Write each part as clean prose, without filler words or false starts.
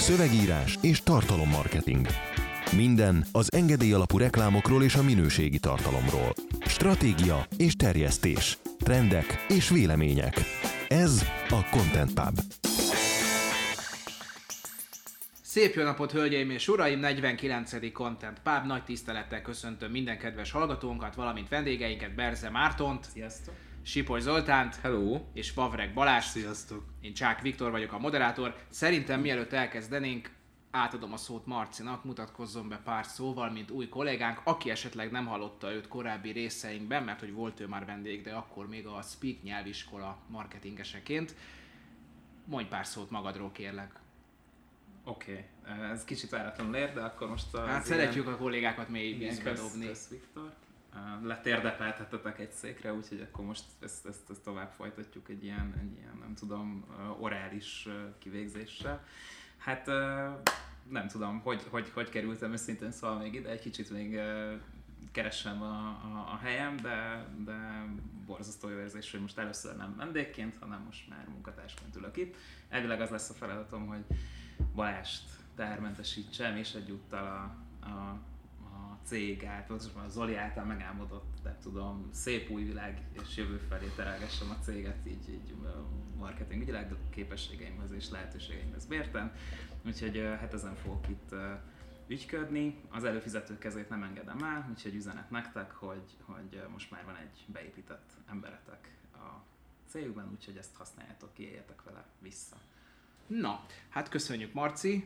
szövegírás és tartalommarketing. Minden az engedély alapú reklámokról és a minőségi tartalomról. Stratégia és terjesztés. Trendek és vélemények. Ez a Content Pub. Szép jó napot, hölgyeim és uraim! 49. Content Pub. Nagy tisztelettel köszöntöm minden kedves hallgatónkat, valamint vendégeinket, Berze Mártont. Sziasztok! Sipoly Zoltánt. Hello! És Vavreg Balázs. Sziasztok! Én Csák Viktor vagyok, a moderátor. Szerintem mielőtt elkezdenénk, átadom a szót Marcinak, mutatkozzon be pár szóval, mint új kollégánk, aki esetleg nem hallotta őt korábbi részeinkben, mert hogy volt ő már vendég, de akkor még a Speak nyelviskola marketingeseként. Mondj pár szót magadról, kérlek. Oké, ez kicsit váratlanul ér, de akkor most Hát szeretjük a kollégákat mély vízbe dobni. Kösz Viktor. Letérdepelthetetek egy székre, úgyhogy akkor most ezt tovább folytatjuk egy ilyen, nem tudom, orális kivégzéssel. Hát nem tudom, hogy kerültem őszintén, szóval még ide egy kicsit még keressem a helyem, de borzasztó jó érzés, hogy most először nem vendégként, hanem most már munkatársként ülök itt. Elvileg az lesz a feladatom, hogy Balást tehermentesítsem, és egyúttal a cég által, a Zoli által megálmodott, nem tudom, szép új világ és jövő felé terelgessem a céget így marketingügyileg, de képességeimhez és lehetőségeimhez mérten. Úgyhogy hát ezen fogok itt ügyködni. Az előfizető kezét nem engedem el, úgyhogy üzenet nektek, hogy most már van egy beépített emberetek a cégükben, úgyhogy ezt használjátok, éljetek vele vissza. Na, hát köszönjük, Marci.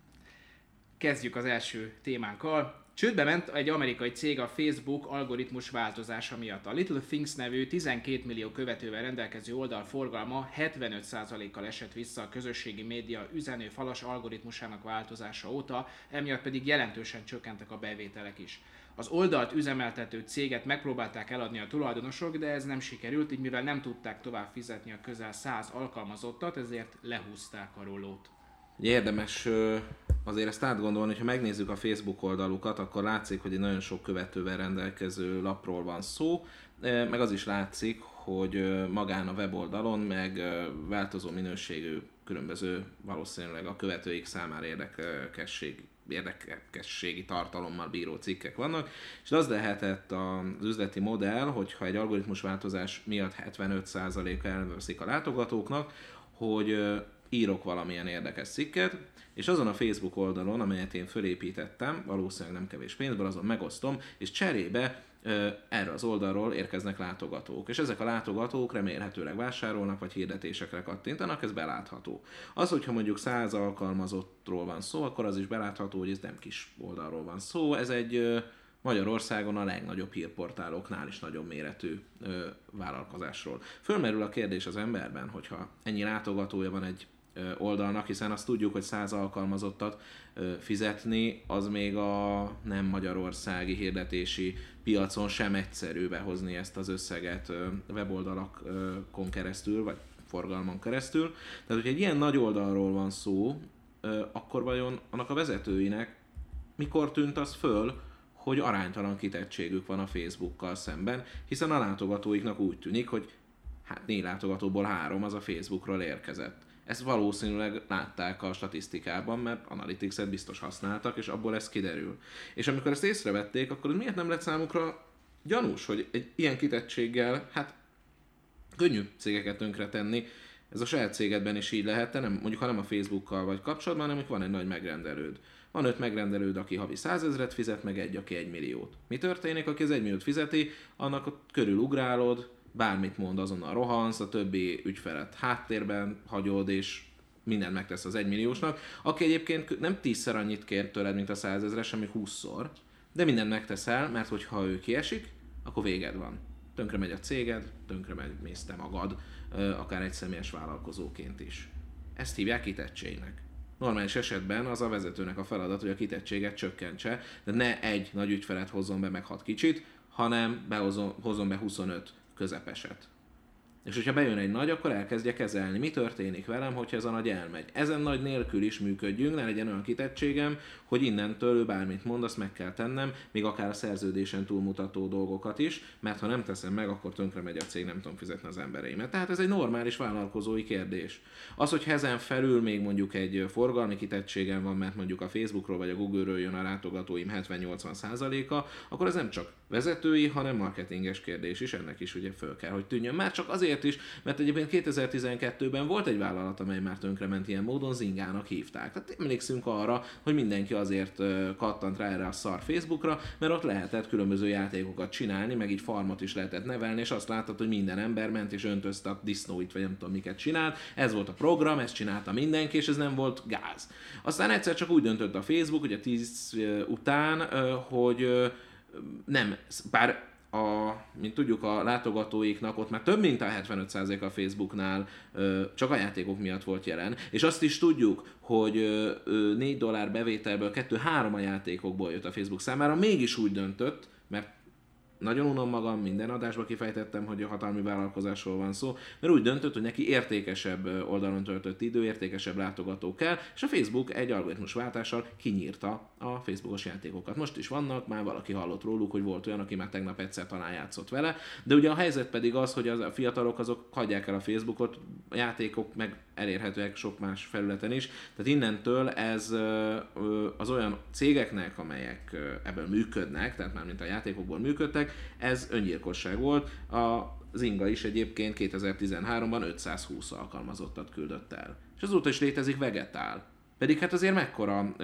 Kezdjük az első témánkkal. Csődbe ment egy amerikai cég a Facebook algoritmus változása miatt. A Little Things nevű 12 millió követővel rendelkező oldal forgalma 75%-kal esett vissza a közösségi média üzenőfalas algoritmusának változása óta, emiatt pedig jelentősen csökkentek a bevételek is. Az oldalt üzemeltető céget megpróbálták eladni a tulajdonosok, de ez nem sikerült, így mivel nem tudták tovább fizetni a közel 100 alkalmazottat, ezért lehúzták a rólót. Érdemes azért ezt átgondolni, hogyha megnézzük a Facebook oldalukat, akkor látszik, hogy egy nagyon sok követővel rendelkező lapról van szó, meg az is látszik, hogy magán a weboldalon meg változó minőségű, különböző valószínűleg a követőik számára érdekességi tartalommal bíró cikkek vannak, és az lehetett az üzleti modell, hogyha egy algoritmus változás miatt 75%-a elveszik a látogatóknak, hogy írok valamilyen érdekes cikket, és azon a Facebook oldalon, amelyet én fölépítettem, valószínűleg nem kevés pénzből, azon megosztom, és cserébe erre az oldalról érkeznek látogatók. És ezek a látogatók remélhetőleg vásárolnak, vagy hirdetésekre kattintanak, ez belátható. Az, hogyha mondjuk 100 alkalmazottról van szó, akkor az is belátható, hogy ez nem kis oldalról van szó. Ez egy Magyarországon a legnagyobb hírportáloknál is nagyobb méretű vállalkozásról. Fölmerül a kérdés az emberben, hogyha ennyi látogatója van egy oldalnak, hiszen azt tudjuk, hogy 100 alkalmazottat fizetni, az még a nem magyarországi hirdetési piacon sem egyszerű behozni ezt az összeget weboldalakon keresztül, vagy forgalmon keresztül. Tehát, hogyha egy ilyen nagy oldalról van szó, akkor vajon annak a vezetőinek mikor tűnt az föl, hogy aránytalan kitettségük van a Facebookkal szemben, hiszen a látogatóiknak úgy tűnik, hogy 4 látogatóból 3 az a Facebookról érkezett. Ezt valószínűleg látták a statisztikában, mert Analytics-et biztos használtak, és abból ez kiderül. És amikor ezt észrevették, akkor miért nem lett számukra gyanús, hogy egy ilyen kitettséggel, könnyű cégeket tönkretenni, ez a saját cégedben is így lehet, nem, mondjuk ha nem a Facebookkal vagy kapcsolatban, hanem van egy nagy megrendelőd. Van 5 megrendelőd, aki havi 100 000-et fizet, meg egy, aki 1 milliót. Mi történik, aki az 1 milliót fizeti, annak körül ugrálod, bármit mond, azonnal rohansz, a többi ügyfelet háttérben hagyod, és mindent megtesz az 1 milliósnak, aki egyébként nem 10-szer annyit kér tőled, mint a 100 000-es, ami 20-szor, de mindent megteszel, mert hogyha ő kiesik, akkor véged van. Tönkre megy a céged, tönkre mész te magad, akár egy személyes vállalkozóként is. Ezt hívják kitettségnek. Normális esetben az a vezetőnek a feladat, hogy a kitettséget csökkentse, de ne egy nagy ügyfelet hozzon be meg 6 kicsit, hanem hozzon be 25 közepeset. És hogyha bejön egy nagy, akkor elkezdje kezelni. Mi történik velem, hogyha ez a nagy elmegy? Ezen nagy nélkül is működjünk, ne legyen olyan kitettségem, hogy innentől ő bármit mond, azt meg kell tennem, még akár a szerződésen túlmutató dolgokat is, mert ha nem teszem meg, akkor tönkre megy a cég, nem tudom fizetni az embereimet. Tehát ez egy normális vállalkozói kérdés. Az, hogy ezen felül még mondjuk egy forgalmi kitettségem van, mert mondjuk a Facebookról vagy a Google-ről jön a látogatóim 70-80%-a, akkor ez nem csak vezetői, hanem marketinges kérdés is, ennek is ugye föl kell, hogy tűnjön. Már csak azért is, mert egyébként 2012-ben volt egy vállalat, amely már tönkrement ilyen módon, Zingának hívták. Tehát emlékszünk arra, hogy mindenki azért kattant rá erre a szar Facebookra, mert ott lehetett különböző játékokat csinálni, meg így farmot is lehetett nevelni, és azt láttad, hogy minden ember ment és öntözte a disznóit, vagy nem tudom miket csinált. Ez volt a program, ezt csinálta mindenki, és ez nem volt gáz. Aztán egyszer csak úgy döntött a Facebook, hogy a 10 után, hogy nem, bár mint tudjuk, a látogatóiknak ott már több mint a 75% a Facebooknál csak a játékok miatt volt jelen, és azt is tudjuk, hogy $4 bevételből 2-3 a játékokból jött a Facebook számára, mégis úgy döntött, mert nagyon unom magam, minden adásban kifejtettem, hogy a hatalmi vállalkozásról van szó, mert úgy döntött, hogy neki értékesebb oldalon töltött idő, értékesebb látogató kell, és a Facebook egy algoritmus váltással kinyírta a Facebookos játékokat. Most is vannak, már valaki hallott róluk, hogy volt olyan, aki már tegnap egyszer talán játszott vele, de ugye a helyzet pedig az, hogy a fiatalok azok hagyják el a Facebookot, a játékok meg elérhetőek sok más felületen is, tehát innentől ez az olyan cégeknek, amelyek ebből működnek, tehát már mint a játékokból működtek, ez öngyilkosság volt. A Zynga is egyébként 2013-ban 520 alkalmazottat küldött el. És azóta is létezik Vegetál. Pedig hát azért mekkora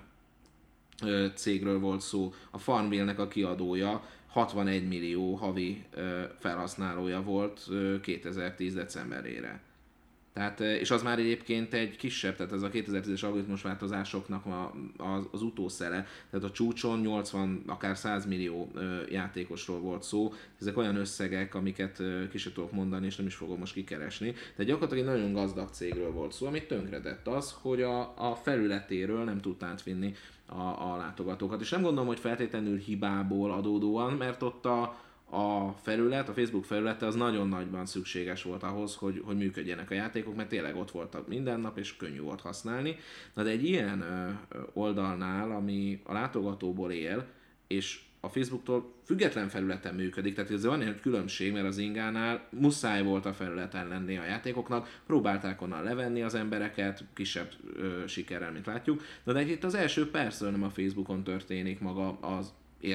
cégről volt szó. A Farmville-nek a kiadója 61 millió havi felhasználója volt 2010 decemberére. Tehát, és az már egyébként egy kisebb, tehát ez a 2010-es algoritmus változásoknak az utószele, tehát a csúcson 80, akár 100 millió játékosról volt szó, ezek olyan összegek, amiket ki sem tudok mondani, és nem is fogom most kikeresni. Tehát gyakorlatilag egy nagyon gazdag cégről volt szó, amit tönkretett az, hogy a felületéről nem tudta átvinni a látogatókat. És nem gondolom, hogy feltétlenül hibából adódóan, mert ott a felület, a Facebook felülete az nagyon nagyban szükséges volt ahhoz, hogy működjenek a játékok, mert tényleg ott voltak minden nap, és könnyű volt használni. Na de egy ilyen oldalnál, ami a látogatóból él, és a Facebooktól független felületen működik, tehát ez van egy különbség, mert az Zingánál muszáj volt a felületen lenni a játékoknak, próbálták onnan levenni az embereket, kisebb sikerrel, mint látjuk, de itt az első percről nem a Facebookon történik maga az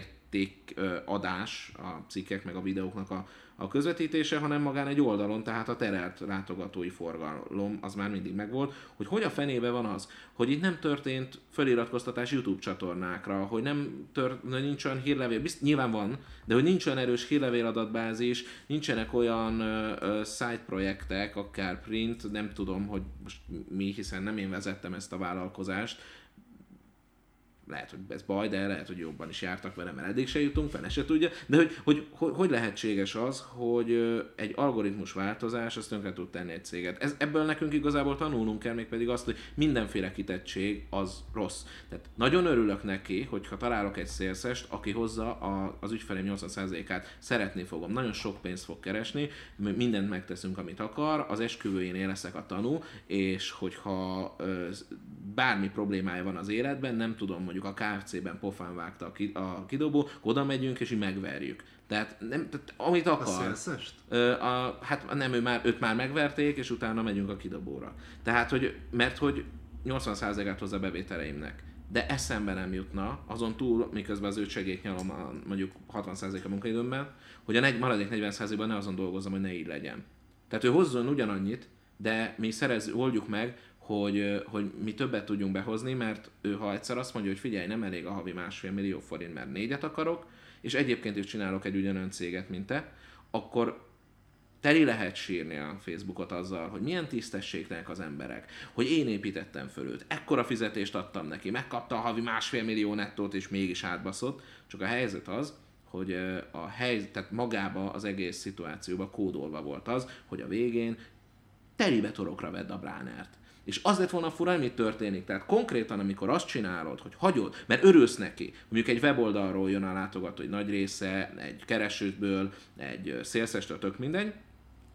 értékadás, a cikkek meg a videóknak a közvetítése, hanem magán egy oldalon, tehát a terelt látogatói forgalom az már mindig megvolt, hogy a fenébe van az, hogy itt nem történt feliratkoztatás YouTube csatornákra, hogy nincs olyan hírlevél, nyilván van, de hogy nincs olyan erős hírlevél adatbázis, nincsenek olyan side projektek, akár print, nem tudom, hogy most mi, hiszen nem én vezettem ezt a vállalkozást, lehet, hogy ez baj, de lehet, hogy jobban is jártak vele, mert eddig se jutunk, fene se tudja, de hogy lehetséges az, hogy egy algoritmus változás azt tönkre tud tenni egy céget. Ebből nekünk igazából tanulnunk kell, mégpedig azt, hogy mindenféle kitettség az rossz. Tehát nagyon örülök neki, hogyha találok egy szélszest, aki hozza az ügyfeleim 80%-át, szeretni fogom, nagyon sok pénzt fog keresni, mindent megteszünk, amit akar, az esküvőjénél leszek a tanú, és hogyha bármi problémája van az életben, nem tudom, mondjuk a KFC-ben pofán vágta a kidobó, oda megyünk és így megverjük. Tehát amit akar. A szélszest? Hát nem, őt már megverték, és utána megyünk a kidobóra. Tehát, mert hogy 80%-át hozza a bevételeimnek. De eszembe nem jutna, azon túl, miközben az őt segélynyalom mondjuk 60% a munkaidőmben, hogy a maradék 40%-ban ne azon dolgozzam, hogy ne így legyen. Tehát ő hozzon ugyanannyit, de mi oldjuk meg, hogy mi többet tudjunk behozni, mert ő ha egyszer azt mondja, hogy figyelj, nem elég a havi 1,5 millió forint, mert 4-et akarok, és egyébként is csinálok egy ugyanolyan céget, mint te, akkor teli lehet sírni a Facebookot azzal, hogy milyen tisztességtelenek az emberek, hogy én építettem föl őt, ekkora fizetést adtam neki, megkapta a havi 1,5 millió nettót, és mégis átbaszott. Csak a helyzet az, hogy tehát magába az egész szituációba kódolva volt az, hogy a végén telibe torokra vedd a Bránert. És az lett volna fura, mi történik. Tehát konkrétan, amikor azt csinálod, hogy hagyod, mert örülsz neki, mondjuk egy weboldalról jön a látogató, egy nagy része, egy keresőből, egy szélszestől, tök mindegy,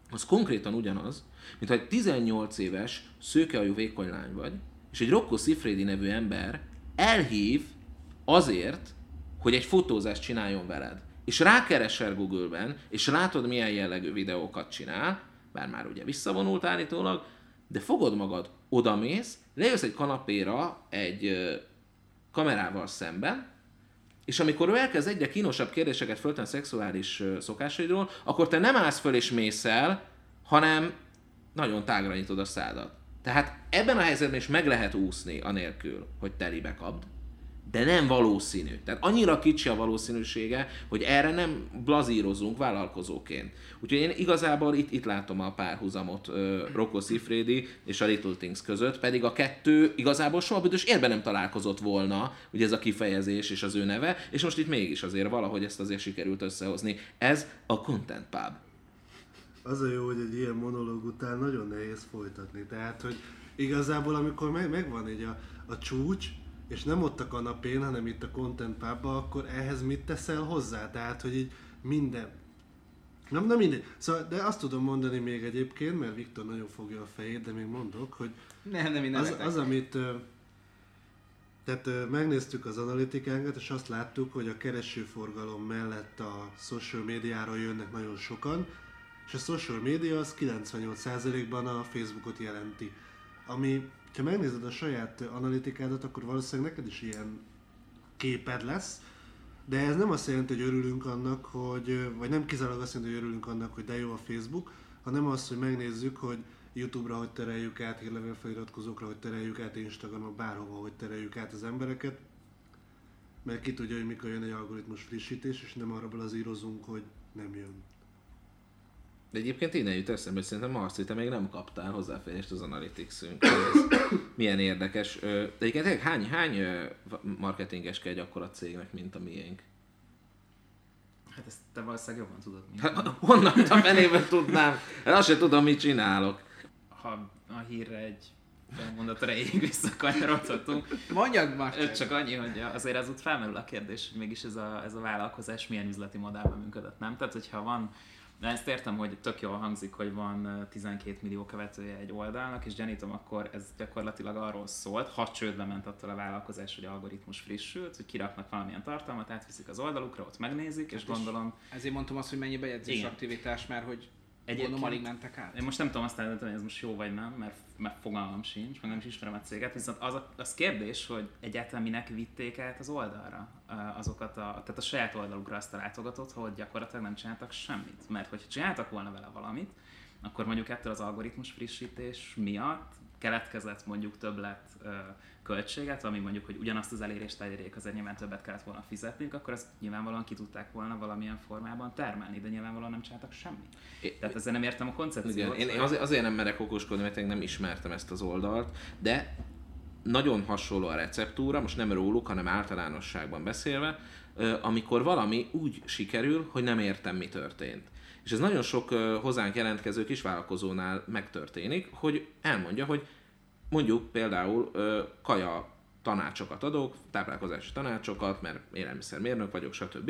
az konkrétan ugyanaz, mint ha egy 18 éves, szőkehajú vékony lány vagy, és egy Rocco Siffredi nevű ember elhív azért, hogy egy fotózást csináljon veled. És rákeresel Google-ben, és látod, milyen jellegű videókat csinál, bár már ugye visszavonult állítólag, de fogod magad, odamész, lejössz egy kanapéra egy kamerával szemben, és amikor ő elkezd egyre kínosabb kérdéseket föltenni szexuális szokásaidról, akkor te nem állsz föl és mész el, hanem nagyon tágra nyitod a szádat. Tehát ebben a helyzetben is meg lehet úszni anélkül, hogy telibe kapd, de nem valószínű. Tehát annyira kicsi a valószínűsége, hogy erre nem blazírozunk vállalkozóként. Úgyhogy én igazából itt látom a párhuzamot Rocco Siffredi és a Little Things között, pedig a kettő igazából soha büdös érben nem találkozott volna, ugye ez a kifejezés és az ő neve, és most itt mégis azért valahogy ezt azért sikerült összehozni. Ez a Content Pub. Az a jó, hogy egy ilyen monológ után nagyon nehéz folytatni. Tehát, hogy igazából amikor megvan így a csúcs, és nem ott a kanapén, hanem itt a Content Pubban, akkor ehhez mit teszel hozzá? Tehát, hogy így minden. Nem mindegy. Szóval, de azt tudom mondani még egyébként, mert Viktor nagyon fogja a fejét, de még mondok, hogy az, amit... Tehát megnéztük az analitikánkat, és azt láttuk, hogy a keresőforgalom mellett a social médiára jönnek nagyon sokan, és a social média az 98%-ban a Facebookot jelenti. Ami, ha megnézed a saját analitikádat, akkor valószínűleg neked is ilyen képed lesz, de ez nem azt jelenti, hogy örülünk annak, hogy, vagy nem kizárólag azt jelenti, hogy örülünk annak, hogy de jó a Facebook, hanem az, hogy megnézzük, hogy YouTube-ra hogy tereljük át, hírlevél feliratkozókra hogy tereljük át, Instagramra, bárhova hogy tereljük át az embereket, mert ki tudja, hogy mikor jön egy algoritmus frissítés, és nem arra blazírozunk, hogy nem jön. De egyébként innen jut eszembe, hogy szerintem Marci, te még nem kaptál hozzáférést az Analytics-ünk. Milyen érdekes. De egyébként hány marketinges egy akkora cégnek, mint a miénk? Hát ezt te valószínűleg jobban tudod, mint hát, honnan a felében tudnám? Hát azt sem tudom, mit csinálok. Ha a hírre egy mondat erejéig visszakanyarodhatunk. Mondjad már! Csak annyi, hogy azért az ott felmerül a kérdés, hogy mégis ez a vállalkozás milyen üzleti modellben működött, nem? Tehát, hogyha van, de ezt értem, hogy tök jól hangzik, hogy van 12 millió követője egy oldalnak, és gyanítom, akkor ez gyakorlatilag arról szólt, ha csődbe ment attól a vállalkozás, hogy algoritmus frissült, hogy kiraknak valamilyen tartalmat, átviszik az oldalukra, ott megnézik, és gondolom... Ezért mondtam azt, hogy mennyi bejegyzés aktivitás, mert hogy gondolom alig mentek át. Én most nem tudom azt eldönteni, hogy ez most jó vagy nem, mert fogalmam sincs, meg nem is ismerem a céget, viszont az kérdés, hogy egyáltalán minek vitték át az oldalra azokat tehát a saját oldalukra azt a látogatót, hogy gyakorlatilag nem csináltak semmit. Mert hogyha csináltak volna vele valamit, akkor mondjuk ettől az algoritmus frissítés miatt keletkezett mondjuk többlet költséget, ami mondjuk, hogy ugyanazt az elérést elérjék, azért nyilván többet kellett volna fizetniük, akkor azt nyilvánvalóan ki tudták volna valamilyen formában termelni, de nyilvánvalóan nem csináltak semmit. Tehát ezzel nem értem a koncepciót. Igen, én azért nem merek okoskodni, mert én nem ismertem ezt az oldalt, de nagyon hasonló a receptúra, most nem róluk, hanem általánosságban beszélve, amikor valami úgy sikerül, hogy nem értem, mi történt. És ez nagyon sok hozzánk jelentkező kisvállalkozónál megtörténik, hogy elmondja, hogy mondjuk például kaja tanácsokat adok, táplálkozási tanácsokat, mert élelmiszermérnök vagyok, stb.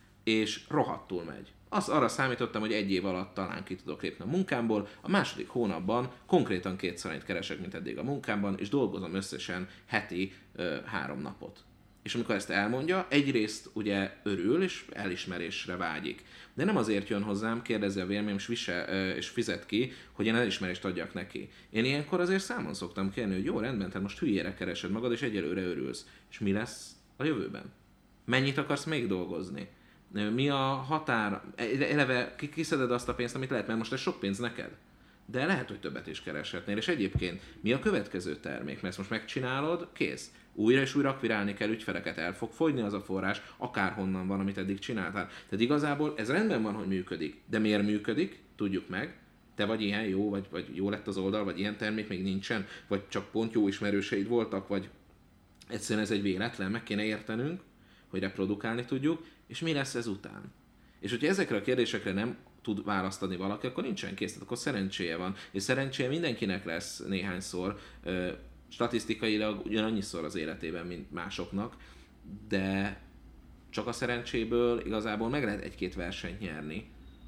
És rohadtul megy. Arra számítottam, hogy 1 év alatt talán ki tudok lépni a munkámból, a második hónapban konkrétan 2-szer annyit keresek, mint eddig a munkámban, és dolgozom összesen heti 3 napot. És amikor ezt elmondja, egyrészt ugye örül, és elismerésre vágyik. De nem azért jön hozzám, kérdezi a véleményem, és fizet ki, hogy én elismerést adjak neki. Én ilyenkor azért számon szoktam kérni, hogy jó, rendben, te most hülyére keresed magad, és egyelőre örülsz. És mi lesz a jövőben? Mennyit akarsz még dolgozni? Mi a határ? Eleve kiszeded azt a pénzt, amit lehet, mert most ez sok pénz neked. De lehet, hogy többet is kereshetnél. És egyébként mi a következő termék? Mert ezt most megcsinálod, kész. Újra és újra akvirálni kell ügyfeleket, el fog fogyni az a forrás, akárhonnan van, amit eddig csináltál. Tehát igazából ez rendben van, hogy működik. De miért működik? Tudjuk meg. Te vagy ilyen jó, vagy jó lett az oldal, vagy ilyen termék még nincsen, vagy csak pont jó ismerőseid voltak, vagy egyszerűen ez egy véletlen, meg kéne értenünk, hogy reprodukálni tudjuk, és mi lesz ez után. És hogyha ezekre a kérdésekre nem tud választani valaki, akkor nincsen kész, akkor szerencséje van. És szerencséje mindenkinek lesz néhányszor, statisztikailag ugyanannyiszor az életében, mint másoknak, de csak a szerencséből igazából meg lehet 1-2 versenyt nyerni,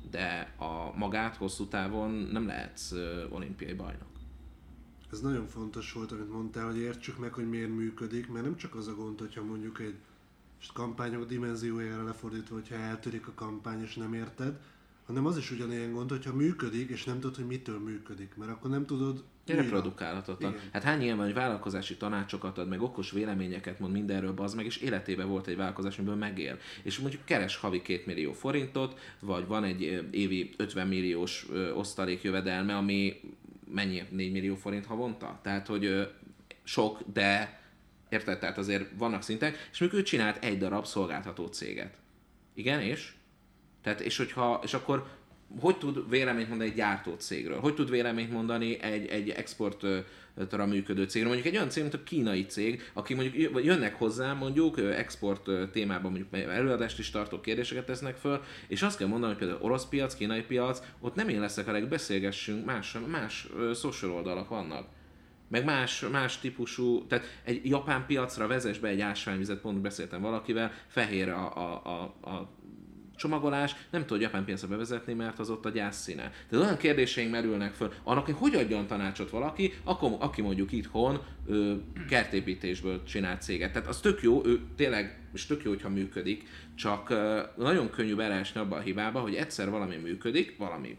de a magát hosszú távon nem lehetsz olimpiai bajnok. Ez nagyon fontos volt, amit mondtál, hogy értsük meg, hogy miért működik, mert nem csak az a gond, hogyha mondjuk egy kampányok dimenziójára lefordítva, hogyha eltörik a kampány és nem érted, hanem az is ugyanilyen gond, hogyha működik, és nem tudod, hogy mitől működik, mert akkor nem tudod reprodukálhatatlan. Hát hány ilyen van, hogy vállalkozási tanácsokat ad, meg okos véleményeket mond mindenről, bazd meg, és életében volt egy vállalkozás, amiből megél. És mondjuk keres havi 2 millió forintot, vagy van egy évi 50 milliós osztalék jövedelme, ami mennyi? 4 millió forint havonta? Tehát, hogy sok, de érted? Tehát azért vannak szintek, és mondjuk ő csinált egy darab szolgáltató céget. Igen, és? Tehát, és akkor hogy tud véleményt mondani egy gyártó cégről? Hogy tud véleményt mondani egy exportra működő cégről? Mondjuk egy olyan cég, mint a kínai cég, aki mondjuk jönnek hozzá, mondjuk export témában mondjuk előadást is tartó kérdéseket tesznek föl, és azt kell mondani, hogy például orosz piac, kínai piac, ott nem én leszek a beszélgessünk, más social oldalak vannak. Meg más típusú, tehát egy japán piacra vezess be egy ásványvizet, pont beszéltem valakivel, fehér a csomagolás, nem tud japán piacra bevezetni, mert az ott a gyászszíne. Tehát olyan kérdéseink merülnek föl, annak, hogy adjon tanácsot valaki, aki mondjuk itthon kertépítésből csinál céget. Tehát az tök jó, ő tényleg, és tök jó, hogyha működik, csak nagyon könnyű beleesni abba a hibába, hogy egyszer valami működik, valami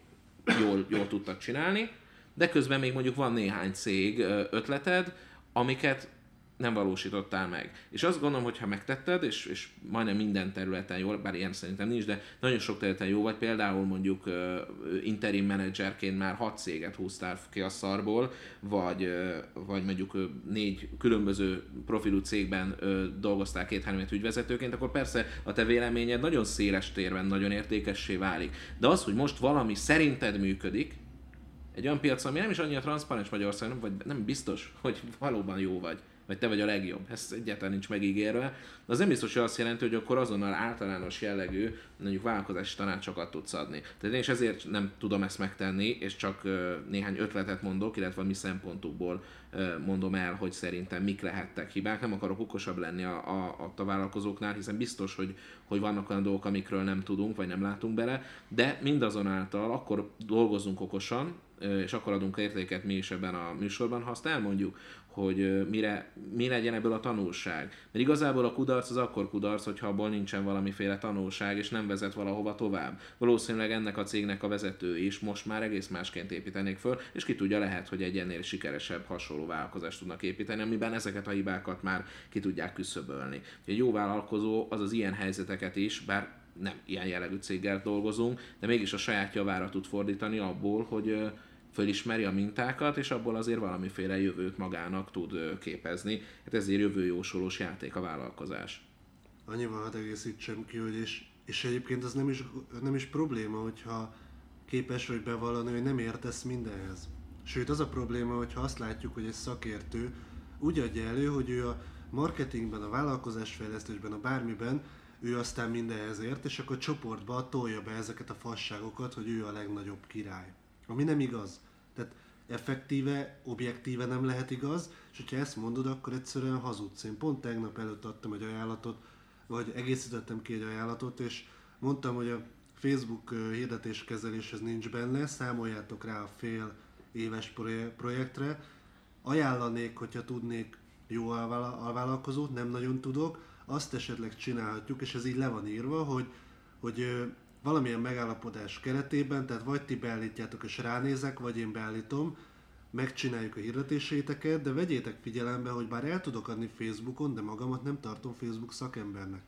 jól tudtak csinálni, de közben még mondjuk van néhány cég ötleted, amiket nem valósítottál meg. És azt gondolom, hogy ha megtetted, és majdnem minden területen jól, bár ilyen szerintem nincs, de nagyon sok területen jó vagy, például mondjuk interim menedzserként már 6 céget húztál ki a szarból, vagy mondjuk 4 különböző profilú cégben dolgoztál 2-3 évet ügyvezetőként, akkor persze a te véleményed nagyon széles térben, nagyon értékessé válik. De az, hogy most valami szerinted működik, egy olyan piacon, ami nem is annyira transzparens Magyarországon, vagy nem biztos, hogy valóban jó vagy te vagy a legjobb. Ez egyáltalán nincs megígérve. De az nem biztos, hogy azt jelenti, hogy akkor azonnal általános jellegű mondjuk vállalkozási tanácsokat tudsz adni. Tehát én is ezért nem tudom ezt megtenni, és csak néhány ötletet mondok, illetve a mi szempontukból mondom el, hogy szerintem mik lehettek hibák. Nem akarok okosabb lenni a vállalkozóknál, hiszen biztos, hogy vannak olyan dolgok, amikről nem tudunk, vagy nem látunk bele, de mindazonáltal akkor dolgozzunk okosan, és akkor adunk értéket mi is ebben a műsorban, ha azt elmondjuk, hogy mi legyen ebből a tanulság. Mert igazából a kudarc az akkor kudarc, hogyha abból nincsen valamiféle tanulság, és nem vezet valahova tovább. Valószínűleg ennek a cégnek a vezetői is most már egész másként építenék föl, és ki tudja, lehet, hogy egy ennél sikeresebb, hasonló vállalkozást tudnak építeni, amiben ezeket a hibákat már ki tudják küszöbölni. Egy jó vállalkozó az ilyen helyzeteket is, bár nem ilyen jellegű céggel dolgozunk, de mégis a saját javára tud fordítani abból, hogy fölismeri a mintákat, és abból azért valamiféle jövőt magának tud képezni. Hát ezért jövőjósolós játék a vállalkozás. Annyival hadd egészítsem ki, hogy és egyébként az nem is probléma, hogyha képes vagy bevallani, hogy nem értesz mindenhez. Sőt, az a probléma, hogyha azt látjuk, hogy egy szakértő úgy adja elő, hogy ő a marketingben, a vállalkozásfejlesztésben, a bármiben, ő aztán mindenhez ért, és akkor csoportba tolja be ezeket a fasságokat, hogy ő a legnagyobb király. Ami nem igaz. Tehát effektíve, objektíve nem lehet igaz, és hogyha ezt mondod, akkor egyszerűen hazudsz. Én pont tegnap előtt adtam egy ajánlatot, vagy egészítettem ki egy ajánlatot, és mondtam, hogy a Facebook hirdetéskezeléshez nincs benne, számoljátok rá a fél éves projektre. Ajánlanék, hogyha tudnék jó alvállalkozót, nem nagyon tudok, azt esetleg csinálhatjuk, és ez így le van írva, hogy valamilyen megállapodás keretében, tehát vagy ti beállítjátok és ránézek, vagy én beállítom, megcsináljuk a hirdetéseiteket, de vegyétek figyelembe, hogy bár el tudok adni Facebookon, de magamat nem tartom Facebook szakembernek.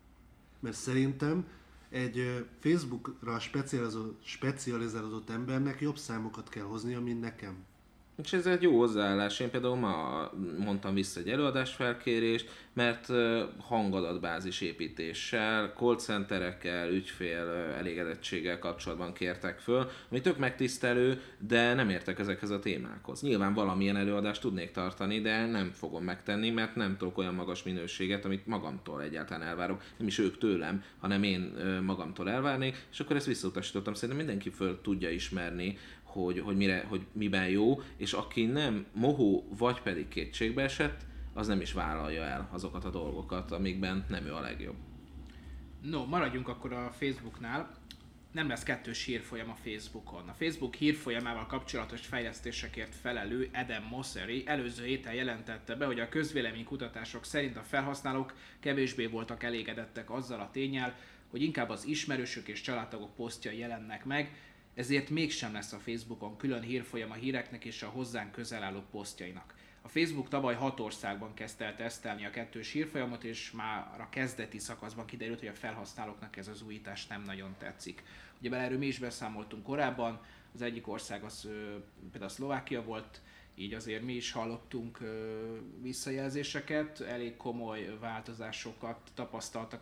Mert szerintem egy Facebookra specializálódott embernek jobb számokat kell hoznia, mint nekem. És ez egy jó hozzáállás. Én például ma mondtam vissza egy előadásfelkérést, mert hangadatbázis építéssel, call centerekkel, ügyfél elégedettséggel kapcsolatban kértek föl, ami tök megtisztelő, de nem értek ezekhez a témákhoz. Nyilván valamilyen előadást tudnék tartani, de nem fogom megtenni, mert nem tudok olyan magas minőséget, amit magamtól egyáltalán elvárok. Nem is ők tőlem, hanem én magamtól elvárnék, és akkor ezt visszautasítottam. Szerintem mindenki föl tudja ismerni, hogy miben jó, és aki nem mohó, vagy pedig kétségbe esett, az nem is vállalja el azokat a dolgokat, amikben nem ő a legjobb. No, maradjunk akkor a Facebooknál. nem lesz kettős hírfolyam a Facebookon. A Facebook hírfolyamával kapcsolatos fejlesztésekért felelő Adam Mosseri előző héten jelentette be, hogy a közvéleménykutatások szerint a felhasználók kevésbé voltak elégedettek azzal a ténnyel, hogy inkább az ismerősök és családtagok posztjai jelennek meg, ezért mégsem lesz a Facebookon külön hírfolyam a híreknek és a hozzánk közel álló posztjainak. A Facebook tavaly 6 országban kezdte el tesztelni a kettős hírfolyamot, és már a kezdeti szakaszban kiderült, hogy a felhasználóknak ez az újítás nem nagyon tetszik. Ugye erről mi is beszámoltunk korábban, az egyik ország az például Szlovákia volt, így azért mi is hallottunk visszajelzéseket, elég komoly változásokat tapasztaltak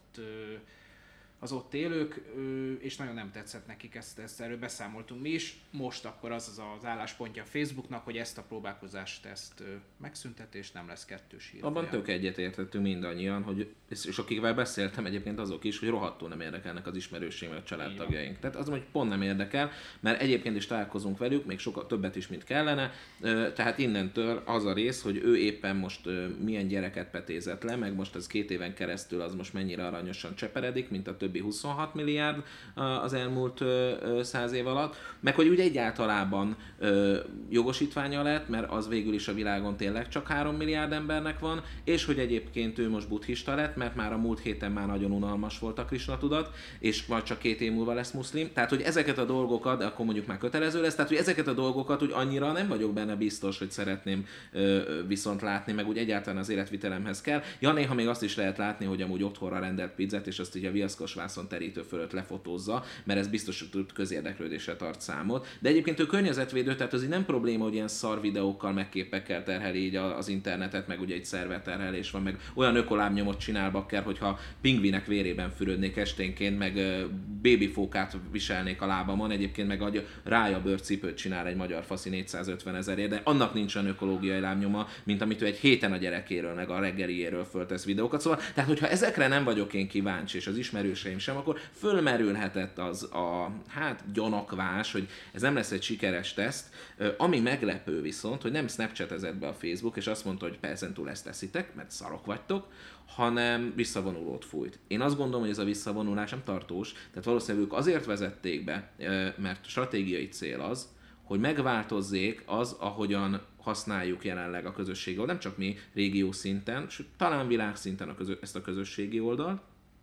az ott élők, és nagyon nem tetszett nekik, ezt erről beszámoltunk mi is. Most akkor az álláspontja a Facebooknak, hogy ezt a próbálkozást megszünteti, és nem lesz kettős hírfolyam. Abban tök egyetértettünk mindannyian, hogy, és akikvel beszéltem egyébként azok is, hogy rohadtul nem érdekelnek az ismerőseim vagy családtagjaink. Tehát az, hogy pont nem érdekel, mert egyébként is találkozunk velük, még sokkal többet is, mint kellene, tehát innentől az a rész, hogy ő éppen most milyen gyereket petézett le, meg most ez 2 éven keresztül az most mennyire aranyosan cseperedik, mint a többi 26 milliárd az elmúlt 100 év alatt, meg hogy úgy egyáltalában jogosítványa lett, mert az végül is a világon tényleg csak 3 milliárd embernek van, és hogy egyébként ő most buddhista lett, mert már a múlt héten már nagyon unalmas volt a Krisna tudat, és majd csak 2 év múlva lesz muszlim. Tehát, hogy ezeket a dolgokat, akkor mondjuk már kötelező lesz, tehát, hogy ezeket a dolgokat úgy annyira nem vagyok benne biztos, hogy szeretném viszont látni, meg úgy egyáltalán az életvitelemhez kell. Ja, néha még azt is lehet látni, hogy amúgy otthonra rendelt pizzát, és azt így a viaszkos vászon terítő fölött lefotózza, mert ez biztos, hogy közérdeklődésre tart számot. De egyébként ő környezetvédő, tehát az így nem probléma, hogy ilyen szar videókkal, meg képekkel terheli így az internetet, meg ugye egy szerverterhelés van, meg olyan ökolábnyomot csinál bakker, hogyha pingvinek vérében fürödnék esténként, meg babyfókát viselnék a lábamon, egyébként meg rája bőrcipőt csinál egy magyar faszi 450 000-ért, de annak nincs olyan ökológiai lábnyoma, mint amit ő egy héten a gyerekéről, meg a reggeliéről föltesz videókat. Szóval, tehát hogyha ezekre nem vagyok én kíváncsi, és az ismerőseim sem, akkor fölmerülhetett az a gyanakvás, hogy ez nem lesz egy sikeres teszt. Ami meglepő viszont, hogy nem Snapchatezett be a Facebook, és azt mondta, hogy percentúl ezt teszitek, mert szarok vagytok, hanem visszavonulót fújt. Én azt gondolom, hogy ez a visszavonulás nem tartós, tehát valószínűleg ők azért vezették be, mert stratégiai cél az, hogy megváltozzék az, ahogyan használjuk jelenleg a közösségi oldalt, nem csak mi régió szinten, sőt, talán világszinten ezt a közösségi oldalt,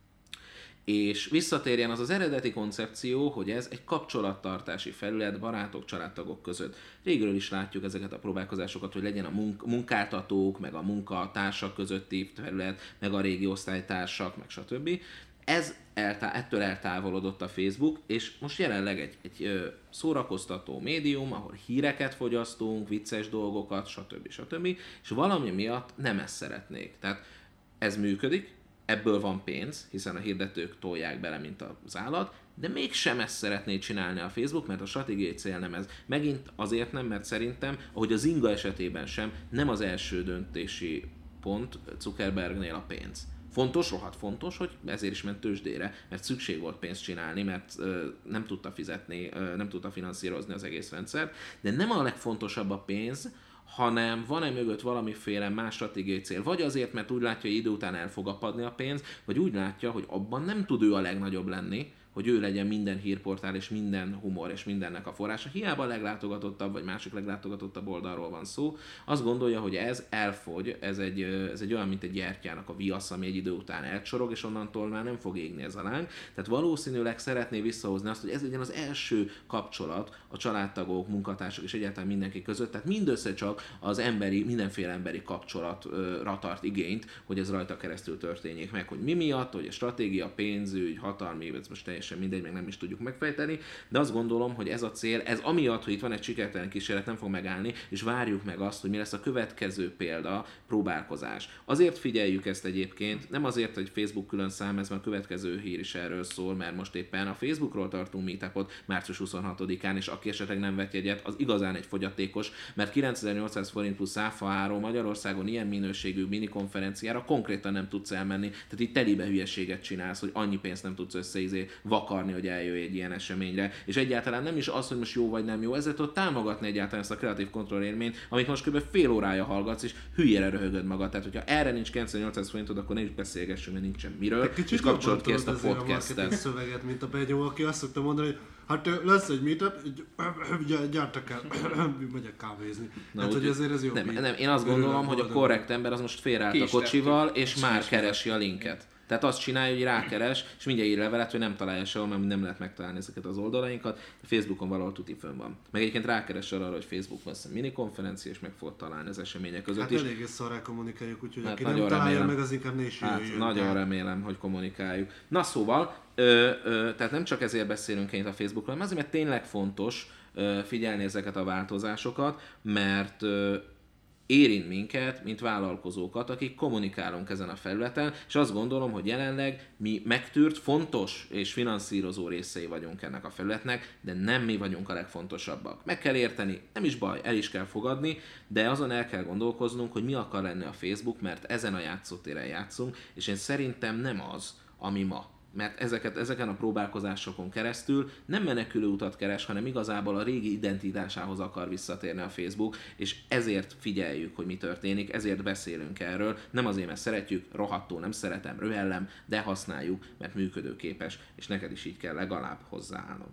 és visszatérjen az eredeti koncepció, hogy ez egy kapcsolattartási felület barátok, családtagok között. Régről is látjuk ezeket a próbálkozásokat, hogy legyen a munkáltatók, meg a munkatársak közötti terület, meg a régi osztálytársak, meg stb. Ettől eltávolodott a Facebook, és most jelenleg egy szórakoztató médium, ahol híreket fogyasztunk, vicces dolgokat, stb. És valami miatt nem ezt szeretnék. Tehát ez működik, ebből van pénz, hiszen a hirdetők tolják bele, mint az állat, de mégsem ezt szeretné csinálni a Facebook, mert a stratégiai cél nem ez. Megint azért nem, mert szerintem, ahogy az inga esetében sem, nem az első döntési pont Zuckerbergnél a pénz. Fontos, rohadt fontos, hogy ezért is ment tőzsdére, mert szükség volt pénzt csinálni, mert nem tudta fizetni, nem tudta finanszírozni az egész rendszert, de nem a legfontosabb a pénz, hanem van-e mögött valamiféle más stratégiai cél. Vagy azért, mert úgy látja, hogy idő után el fog apadni a pénz, vagy úgy látja, hogy abban nem tud ő a legnagyobb lenni, hogy ő legyen minden hírportál és minden humor és mindennek a forrása. Hiába a leglátogatottabb vagy másik leglátogatottabb oldalról van szó. Azt gondolja, hogy ez elfogy, ez egy olyan, mint egy gyertyának a viasz, ami egy idő után elcsorog, és onnantól már nem fog égni ez a láng. Tehát valószínűleg szeretné visszahozni azt, hogy ez legyen az első kapcsolat a családtagok, munkatársak és egyáltalán mindenki között. Tehát mindössze csak az mindenféle emberi kapcsolatra tart igényt, hogy ez rajta keresztül történjék meg, hogy mi miatt, hogy a stratégia, pénzügy, hatalmi, ez most teljesen mindegy, meg nem is tudjuk megfejteni, de azt gondolom, hogy ez a cél, ez amiatt, hogy itt van egy sikertelen kísérlet, nem fog megállni, és várjuk meg azt, hogy mi lesz a következő példa, próbálkozás. Azért figyeljük ezt egyébként, nem azért, hogy Facebook külön szám, ez már a következő hír is erről szól, mert most éppen a Facebookról tartunk meetupot március 26-án, és aki esetleg nem vett jegyet, az igazán egy fogyatékos, mert 9800 forint plusz áfa áron Magyarországon ilyen minőségű minikonferenciára konkrétan nem tudsz elmenni, tehát itt telibe hülyeséget csinálsz, hogy annyi pénzt nem tudsz vakarni, hogy eljöjj egy ilyen eseményre. És egyáltalán nem is az, hogy most jó vagy nem jó, ezzel tudod támogatni egyáltalán ezt a kreatív kontroll élményt, amit most kb. Fél órája hallgatsz, és hülyére röhögöd magad. Tehát, hogyha erre nincs 9800 forintod, akkor ne is beszélgessünk, mert nincsen miről, és kapcsolod ki ezt a podcastet. A szöveget, mint a Benyó, aki azt szokta mondani, hogy hát lesz egy meetup, gyártak el, megyek kávézni. Hát, hogy ezért ez jó. Nem, én azt gondolom, hogy a korrekt ember az most félreállt a kocsival, és már keresi a linket. Tehát azt csinálja, hogy rákeres, és mindjárt ír levelet, hogy nem találja sehol, mert nem lehet megtalálni ezeket az oldalainkat. A Facebookon valahol tuti fönn van. Meg egyébként rákeres arra, hogy Facebook lesz a minikonferencia, és meg fog találni az események között is. Hát eléggé szarrá kommunikáljuk, úgyhogy hát aki nem találja meg, az inkább ne is jöjjön. Nagyon remélem, hogy kommunikáljuk. Na szóval, tehát nem csak ezért beszélünk itt a Facebookról, hanem azért, mert tényleg fontos figyelni ezeket a változásokat, mert érint minket, mint vállalkozókat, akik kommunikálunk ezen a felületen, és azt gondolom, hogy jelenleg mi megtűrt, fontos és finanszírozó részei vagyunk ennek a felületnek, de nem mi vagyunk a legfontosabbak. Meg kell érteni, nem is baj, el is kell fogadni, de azon el kell gondolkoznunk, hogy mi akar lenni a Facebook, mert ezen a játszótéren játszunk, és én szerintem nem az, ami ma. Mert ezeken a próbálkozásokon keresztül nem menekülő utat keres, hanem igazából a régi identitásához akar visszatérni a Facebook, és ezért figyeljük, hogy mi történik, ezért beszélünk erről, nem azért, mert szeretjük, rohadtul nem szeretem, röhellem, de használjuk, mert működőképes, és neked is így kell legalább hozzáállnod.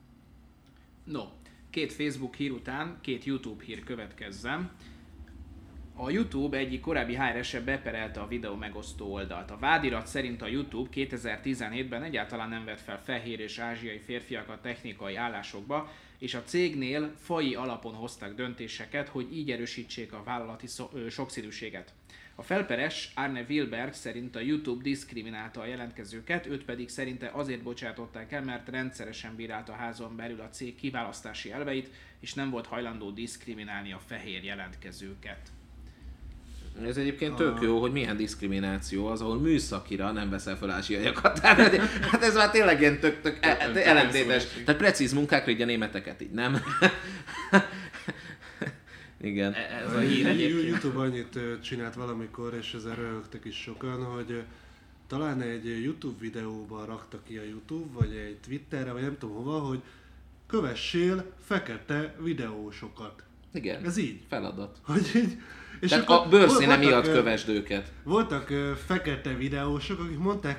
No, 2 Facebook hír után 2 YouTube hír következzen. A YouTube egyik korábbi HR-ese beperelte a videó megosztó oldalt. A vádirat szerint a YouTube 2017-ben egyáltalán nem vett fel fehér és ázsiai férfiakat technikai állásokba, és a cégnél faji alapon hoztak döntéseket, hogy így erősítsék a vállalati sokszínűséget. A felperes Arne Wilberg szerint a YouTube diszkriminálta a jelentkezőket, őt pedig szerinte azért bocsátották el, mert rendszeresen bírálta a házon belül a cég kiválasztási elveit, és nem volt hajlandó diszkriminálni a fehér jelentkezőket. Ez egyébként tök jó, hogy milyen diszkrimináció az, ahol műszakira nem veszel fel ázsiaiakat. Hát ez már tényleg ilyen tök ellentétes. Tehát precíz munkákra így a németeket így, nem? Igen. Ez a hír egyébként. YouTube annyit csinált valamikor, és ezzel röhögtek is sokan, hogy talán egy YouTube videóban rakta ki a YouTube, vagy egy Twitterre, vagy nem tudom hova, hogy kövessél fekete videósokat. Igen. Ez így. Feladat. Hogy így, és tehát a bőrszíne miatt kövesd őket. Voltak fekete videósok, akik mondták,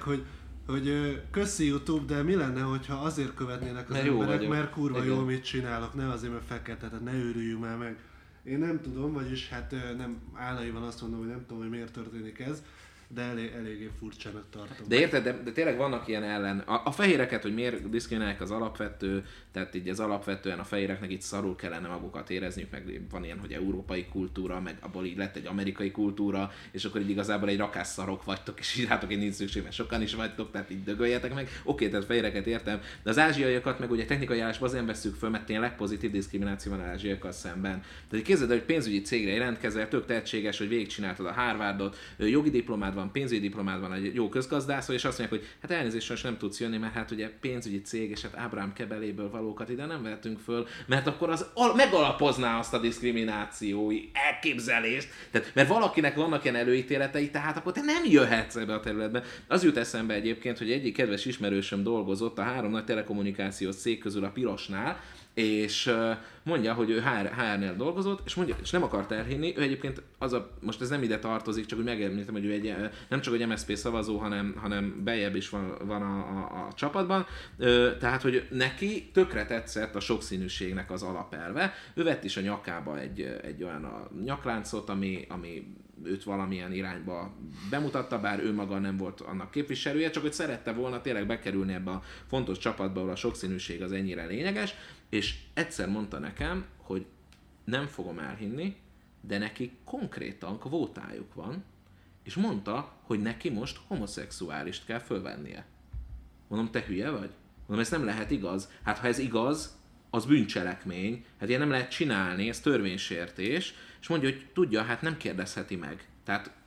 hogy köszi YouTube, de mi lenne, hogyha azért követnének az emberek, mert kurva jó, mit csinálok, ne azért, mert fekete, tehát ne őrüljünk már meg. Én nem tudom, vagyis hát nem álaiban azt mondom, hogy nem tudom, hogy miért történik ez, de eléggé furcsának tartom. De érted, de tényleg vannak ilyen ellen. A fehéreket, hogy miért diszkriminálják az alapvető, tehát így az alapvetően a fehéreknek itt szarul kellene magukat érezniük, meg van ilyen, hogy európai kultúra, meg abból így lett egy amerikai kultúra, és akkor így igazából egy rakás szarok vagytok, és így rátok, hogy nincs szükség, mert sokan is vagytok, tehát így dögöljetek meg. Oké, tehát fehéreket értem, de az ázsiaiakat meg ugye technikai állásban azért vesszük föl, mert tényleg pozitív diszkrimináció van az ázsiaiakkal szemben. Tehát képzeld el, hogy pénzügyi cégre jelentkezel, tök tehetséges, hogy végigcsináltad a Harvardot, jogi diplomád van, pénzügyi diplomád van, egy jó közgazdászról, és azt mondják, hogy hát elnézést, most nem tudsz jönni, mert hát ugye pénzügyi cég, és hát Ábrám kebeléből valókat ide nem vehetünk föl, mert akkor az megalapozná azt a diszkriminációi elképzelést. Tehát, mert valakinek vannak ilyen előítéletei, tehát akkor te nem jöhetsz ebbe a területbe. Az jut eszembe egyébként, hogy egyik kedves ismerősöm dolgozott a 3 nagy telekommunikációs cég közül a Pirosnál, és mondja, hogy ő HR-nél dolgozott, és mondja, és nem akart elhinni, ő egyébként most ez nem ide tartozik, csak úgy megemlítem, hogy ő nem csak egy MSZP szavazó, hanem beljebb is van a csapatban, tehát, hogy neki tökre tetszett a sokszínűségnek az alapelve, ő vett is a nyakába egy olyan a nyakláncot, ami őt valamilyen irányba bemutatta, bár ő maga nem volt annak képviselője, csak hogy szerette volna tényleg bekerülni ebbe a fontos csapatba, ahol a sokszínűség az ennyire lényeges, és egyszer mondta nekem, hogy nem fogom elhinni, de neki konkrétan kvótájuk van, és mondta, hogy neki most homoszexuálist kell fölvennie. Mondom, te hülye vagy? Mondom, ez nem lehet igaz. Hát ha ez igaz, az bűncselekmény, hát ilyen nem lehet csinálni, ez törvénysértés, és mondja, hogy tudja, hát nem kérdezheti meg. Tehát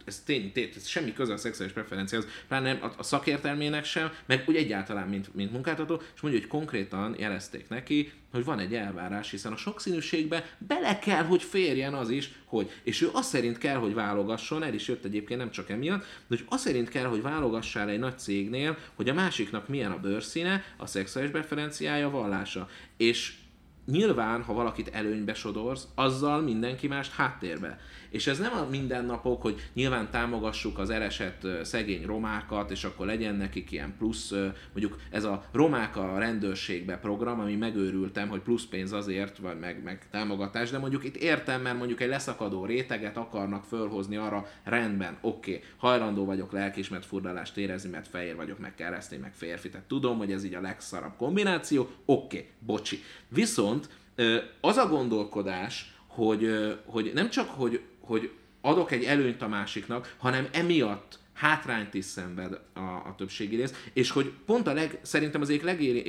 ez tény, ez semmi köze a szexuális preferenciához, pláne a szakértelmének sem, meg úgy egyáltalán, mint munkáltató, és mondja, hogy konkrétan jelezték neki, hogy van egy elvárás, hiszen a sokszínűségbe bele kell, hogy férjen az is, hogy, és ő azt szerint kell, hogy válogasson, el is jött egyébként nem csak emiatt, de hogy azt szerint kell, hogy válogassál egy nagy cégnél, hogy a másiknak milyen a bőrszíne, a szexuális preferenciája, vallása. És nyilván, ha valakit előnybe sodorsz, azzal mindenki mást háttérbe. És ez nem a mindennapok, hogy nyilván támogassuk az elesett szegény romákat, és akkor legyen nekik ilyen plusz, mondjuk ez a romák a rendőrségbe program, ami megőrültem, hogy plusz pénz azért, vagy meg támogatás, de mondjuk itt értem, mert mondjuk egy leszakadó réteget akarnak fölhozni arra, rendben, oké, hajlandó vagyok lelkiismert furdalást érezni, mert fehér vagyok, meg keresztény, meg férfi, tehát tudom, hogy ez így a legszarabb kombináció, oké, bocsi. Viszont az a gondolkodás, hogy nem csak, hogy adok egy előnyt a másiknak, hanem emiatt hátrányt is szenved a többségi rész, és hogy pont szerintem az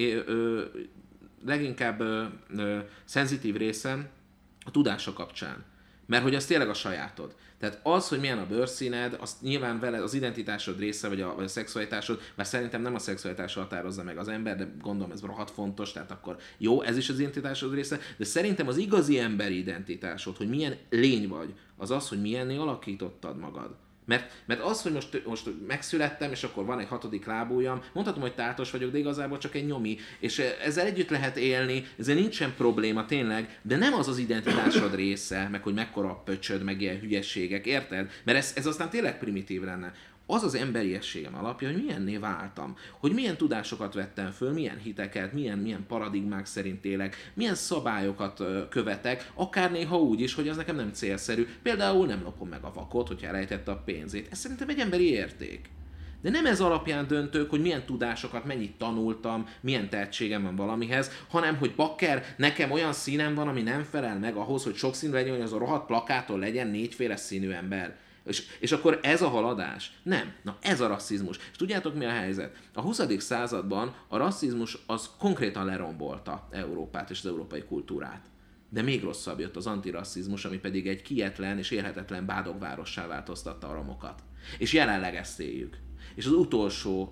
leginkább szenzitív részen a tudása kapcsán. Mert hogy az tényleg a sajátod. Tehát az, hogy milyen a bőrszíned, az nyilván veled az identitásod része, vagy a szexualitásod, bár szerintem nem a szexualitás határozza meg az ember, de gondolom ez rohadt fontos, tehát akkor jó, ez is az identitásod része, de szerintem az igazi emberi identitásod, hogy milyen lény vagy, az az, hogy milyenné alakítottad magad. Mert az, hogy most megszülettem, és akkor van egy 6. lábujjam, mondhatom, hogy tátos vagyok, de igazából csak egy nyomi, és ezzel együtt lehet élni, ezzel nincsen probléma tényleg, de nem az az identitásod része, meg hogy mekkora a pöcsöd, meg ilyen hülyeségek, érted? Mert ez aztán tényleg primitív lenne. Az az emberiességem alapja, hogy milyenné váltam, hogy milyen tudásokat vettem föl, milyen hiteket, milyen paradigmák szerint élek, milyen szabályokat követek, akár néha úgy is, hogy az nekem nem célszerű. Például nem lopom meg a vakot, hogyha elrejtette a pénzét. Ez szerintem egy emberi érték. De nem ez alapján döntök, hogy milyen tudásokat, mennyit tanultam, milyen tehetségem van valamihez, hanem hogy bakker, nekem olyan színem van, ami nem felel meg ahhoz, hogy sokszínű legyen, hogy az a rohadt plakáton legyen 4 színű ember. És akkor ez a haladás? Nem. Na ez a rasszizmus. És tudjátok mi a helyzet? A 20. században a rasszizmus az konkrétan lerombolta Európát és az európai kultúrát. De még rosszabb jött az antirasszizmus, ami pedig egy kietlen és élhetetlen bádogvárossá változtatta a romokat. És jelenleg ezt éljük. És az utolsó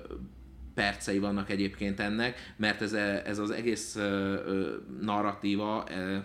percei vannak egyébként ennek, mert ez az egész narratíva,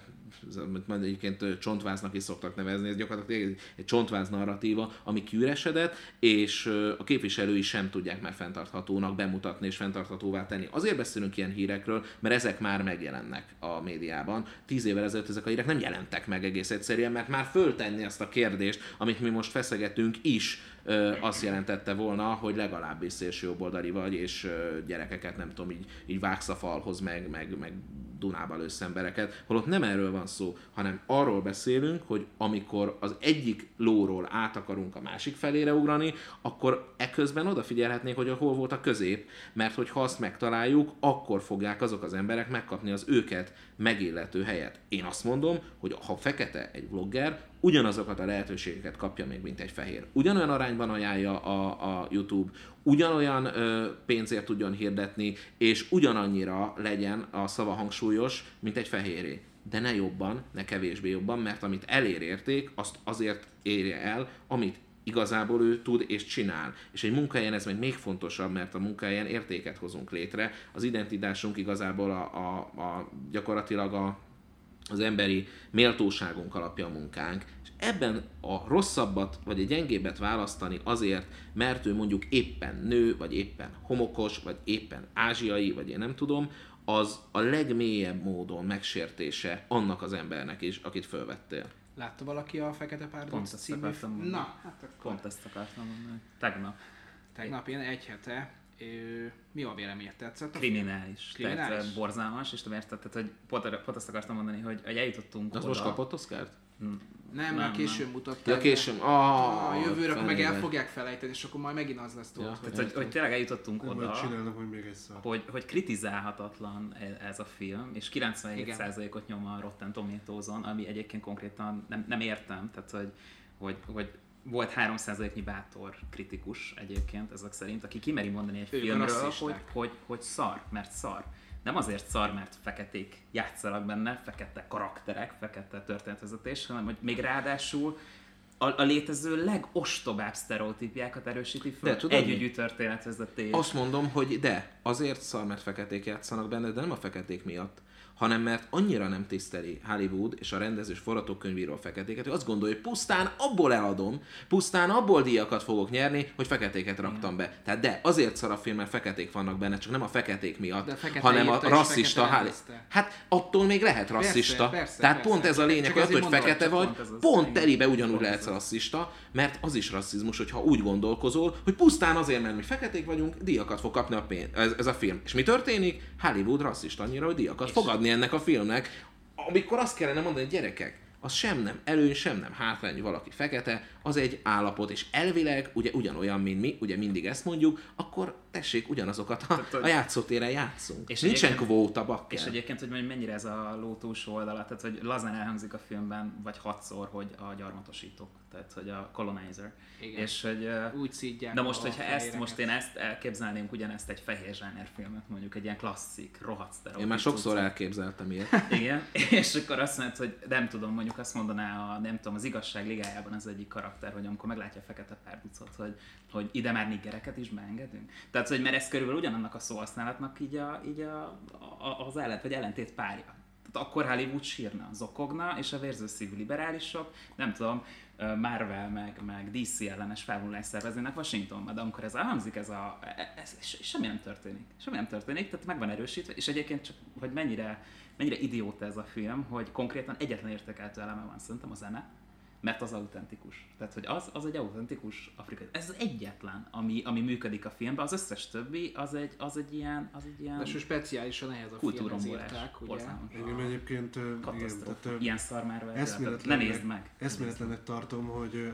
amit egyébként csontváznak is szoktak nevezni, ez gyakorlatilag egy csontváz narratíva, ami kiüresedett, és a képviselői sem tudják már fenntarthatónak bemutatni és fenntarthatóvá tenni. Azért beszélünk ilyen hírekről, mert ezek már megjelennek a médiában. 10 évvel ezelőtt ezek a hírek nem jelentek meg egész egyszerűen, mert már föltenni azt a kérdést, amit mi most feszegetünk is, azt jelentette volna, hogy legalábbis szélsőjobboldali vagy, és gyerekeket nem tudom, így vágsz a falhoz, meg Dunába lősz embereket, holott nem erről van szó, hanem arról beszélünk, hogy amikor az egyik lóról át akarunk a másik felére ugrani, akkor eközben odafigyelhetnénk, hogy hol volt a közép, mert hogyha azt megtaláljuk, akkor fogják azok az emberek megkapni az őket megillető helyet. Én azt mondom, hogy ha fekete egy vlogger, ugyanazokat a lehetőségeket kapja még, mint egy fehér. Ugyanolyan arányban ajánlja a YouTube, ugyanolyan pénzért tudjon hirdetni, és ugyanannyira legyen a szava hangsúlyos, mint egy fehéré. De ne jobban, ne kevésbé jobban, mert amit elér érték, azt azért érje el, amit igazából ő tud és csinál. És egy munkahelyen ez még fontosabb, mert a munkahelyen értéket hozunk létre. Az identitásunk igazából gyakorlatilag az emberi méltóságunk alapja a munkánk. És ebben a rosszabbat vagy egy gyengébbet választani azért, mert ő mondjuk éppen nő, vagy éppen homokos, vagy éppen ázsiai, vagy én nem tudom, az a legmélyebb módon megsértése annak az embernek is, akit fölvettél. Látta valaki a Fekete Párduc című? Na, hát akkor... Pont ezt akartam mondani. Tegnap, én egy hete. Mi a véleményed? Tetszett? Kriminális. Tehát borzalmas, és érted, hogy pont azt akartam mondani, hogy eljutottunk oda. Az most kapott Oscart? Nem, később mutatták. Ja, később. Jövőre akkor meg el fogják felejteni, és akkor majd megint az lesz hogy tényleg eljutottunk oda, hogy kritizálhatatlan ez a film, és 97%-ot nyom a Rotten Tomatoes-on, ami egyébként konkrétan nem értem, tehát hogy volt 3%-nyi bátor kritikus egyébként ezek szerint, aki kimeri mondani egy filmről, hogy szar, mert szar. Nem azért szar, mert feketék játszanak benne, fekete karakterek, fekete történetvezetés, hanem hogy még ráadásul a létező legostobább sztereotípiákat erősíti föl együgyű történetvezetés. Azt mondom, hogy azért szar, mert feketék játszanak benne, de nem a feketék miatt, hanem mert annyira nem tiszteli Hollywood és a rendezős forgatókönyvíró a feketéket, hogy azt gondolja, hogy pusztán abból eladom, pusztán abból díjakat fogok nyerni, hogy feketéket raktam be. Tehát azért szar a film, mert feketék vannak benne, csak nem a feketék miatt, hanem a rasszista Hát attól még lehet rasszista. Tehát pont ez a lényeg, hogy attól, hogy fekete vagy, pont telibe ugyanúgy lehetsz rasszista, mert az is rasszizmus, hogyha úgy gondolkozol, hogy pusztán azért, mert mi feketék vagyunk, díjakat fog kapni ez a film. És mi történik? Hollywood rasszista annyira, hogy díjakat fog adni ennek a filmnek, amikor azt kellene mondani, hogy gyerekek, az sem nem előny, sem nem hátrány, hogy valaki fekete, az egy állapot, és elvileg ugye ugyanolyan, mint mi, ugye mindig ezt mondjuk, akkor tessék ugyanazokat a játszótéren játszunk. És nincsen kvóta, bakker. És egyébként, hogy mennyire ez a ló túlsó oldala, tehát hogy lazán elhangzik a filmben, vagy 6-szor, hogy a gyarmatosítók, tehát hogy a colonizer. Igen. És hogy úgy szídják. De most, hogyha én ezt elképzelném, ugyanezt egy fehér zsáner filmet, mondjuk egy ilyen klasszik, rohadt sztereotíp. Én már sokszor elképzeltem ilyet. Igen, és akkor azt mondod, hogy nem tudom, mondjuk azt mondaná az Igazság Ligájában az egyik karakter, hogy amikor meglátja a fekete párducot, hogy ide már niggereket is beengedünk. Tehát, hogy mert ez körülbelül ugyanannak a szóhasználatnak így az ellentét párja. Tehát akkor Hollywood sírna, zokogna, és a vérzőszívű liberálisok, nem tudom, Marvel meg DC ellenes felvonulást szerveznének Washingtonban, de amikor ez elhangzik, ez semmi nem történik. Semmi nem történik, tehát meg van erősítve, és egyébként csak, hogy mennyire idióta ez a film, hogy konkrétan egyetlen értékeltő eleme van szerintem a zene, mert az autentikus. Tehát, hogy az egy autentikus afrikai. Ez az egyetlen, ami működik a filmben, az összes többi, az egy ilyen de speciálisan ehhez a filmhez írták, ugye? Engem egyébként ilyen szar már ne nézd meg. Eszméletlennek tartom, hogy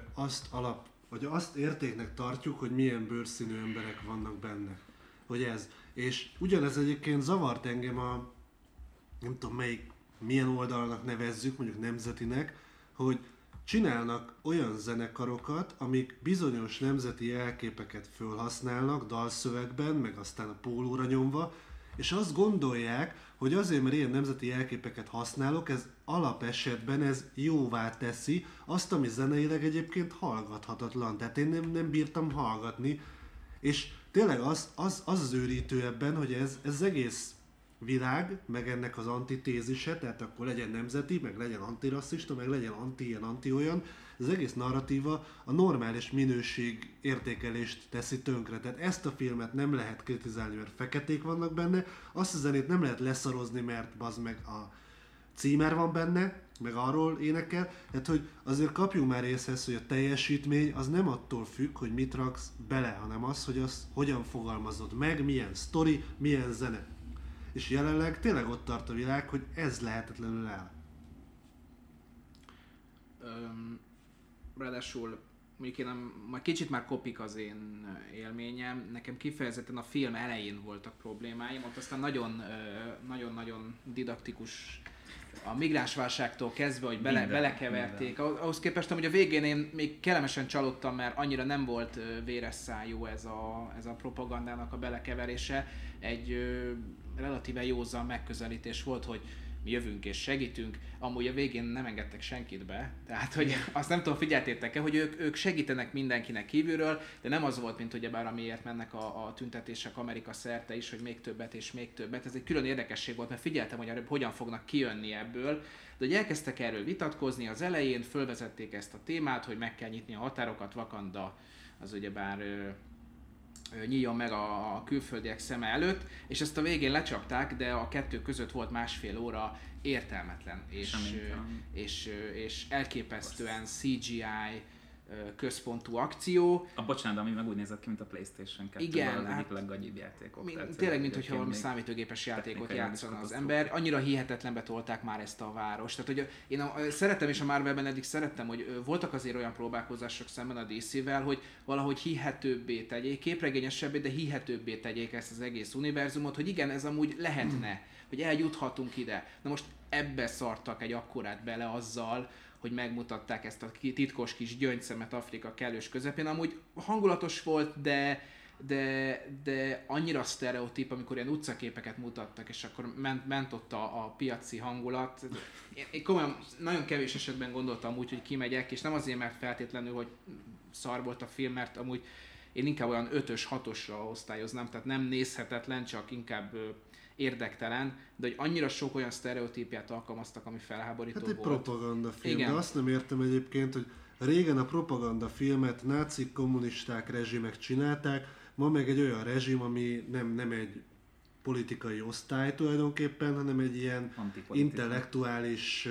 azt értéknek tartjuk, hogy milyen bőrszínű emberek vannak benne. Hogy ez. És ugyanez egyébként zavart engem nem tudom milyen oldalnak nevezzük, mondjuk nemzetinek, hogy csinálnak olyan zenekarokat, amik bizonyos nemzeti jelképeket fölhasználnak dalszövegben, meg aztán a pólóra nyomva, és azt gondolják, hogy azért, mert ilyen nemzeti jelképeket használok, ez alapesetben ez jóvá teszi azt, ami zeneileg egyébként hallgathatatlan. Tehát én nem bírtam hallgatni, és tényleg az őrítő ebben, hogy ez az egész világ, meg ennek az antitézise, tehát akkor legyen nemzeti, meg legyen antirasszista, meg legyen anti-ilyen, anti-olyan, az egész narratíva a normális minőség értékelést teszi tönkre. Tehát ezt a filmet nem lehet kritizálni, mert feketék vannak benne, azt a zenét nem lehet leszarozni, mert bazd meg a címer van benne, meg arról énekel, tehát hogy azért kapjunk már észhez, hogy a teljesítmény az nem attól függ, hogy mit raksz bele, hanem az, hogy azt hogyan fogalmazod meg, milyen sztori, milyen zene. És jelenleg tényleg ott tart a világ, hogy ez lehetetlenül áll. Ráadásul mondjuk majd kicsit már kopik az én élményem, nekem kifejezetten a film elején voltak problémáim, ott aztán nagyon didaktikus a migránsválságtól kezdve, hogy belekeverték. Ahhoz képest, hogy a végén én még kellemesen csalódtam, mert annyira nem volt véres szájú ez a propagandának a belekeverése. Egy relatíve józan megközelítés volt, hogy mi jövünk és segítünk, amúgy a végén nem engedtek senkit be, tehát hogy azt nem tudom, figyeltétek-e, hogy ők segítenek mindenkinek kívülről, de nem az volt, mint ugyebár amiért mennek a tüntetések Amerika szerte is, hogy még többet és még többet. Ez egy külön érdekesség volt, mert figyeltem, hogy hogyan fognak kijönni ebből, de hogy elkezdtek erről vitatkozni az elején, fölvezették ezt a témát, hogy meg kell nyitni a határokat, Wakanda az ugyebár nyíljon meg a külföldiek szeme előtt, és ezt a végén lecsapták, de a kettő között volt 1,5 óra értelmetlen, és elképesztően CGI központú akció. Bocsánat, ami meg úgy nézett ki, mint a PlayStation 2, igen, az egyik leggagyibb játékok. Tényleg, mintha valami számítógépes játékot játszana az ember. Annyira hihetetlenbe tolták már ezt a várost. Tehát, hogy én szerettem, és a Marvelben eddig szerettem, hogy voltak azért olyan próbálkozások szemben a DC-vel, hogy valahogy hihetőbbé tegyék, képregényesebbé, de hihetőbbé tegyék ezt az egész univerzumot, hogy igen, ez amúgy lehetne, hogy eljuthatunk ide. Na most ebbe szartak egy akkorát bele azzal, hogy megmutatták ezt a titkos kis gyöngyszemet Afrika kellős közepén. Amúgy hangulatos volt, de de annyira sztereotíp, amikor ilyen utcaképeket mutattak, és akkor ment ott a piaci hangulat. Én komolyan nagyon kevés esetben gondoltam úgy, hogy kimegyek, és nem azért, mert feltétlenül, hogy szar volt a film, mert amúgy én inkább olyan 5-ös, 6-osra osztályoznám, tehát nem nézhetetlen, csak inkább érdektelen, de hogy annyira sok olyan sztereotípiát alkalmaztak, ami felháborító Hát egy volt. propagandafilm, Igen. de azt nem értem egyébként, hogy régen a propagandafilmet nácik, kommunisták, rezsimek csinálták, ma meg egy olyan rezsim, ami nem egy politikai osztály tulajdonképpen, hanem egy ilyen intellektuális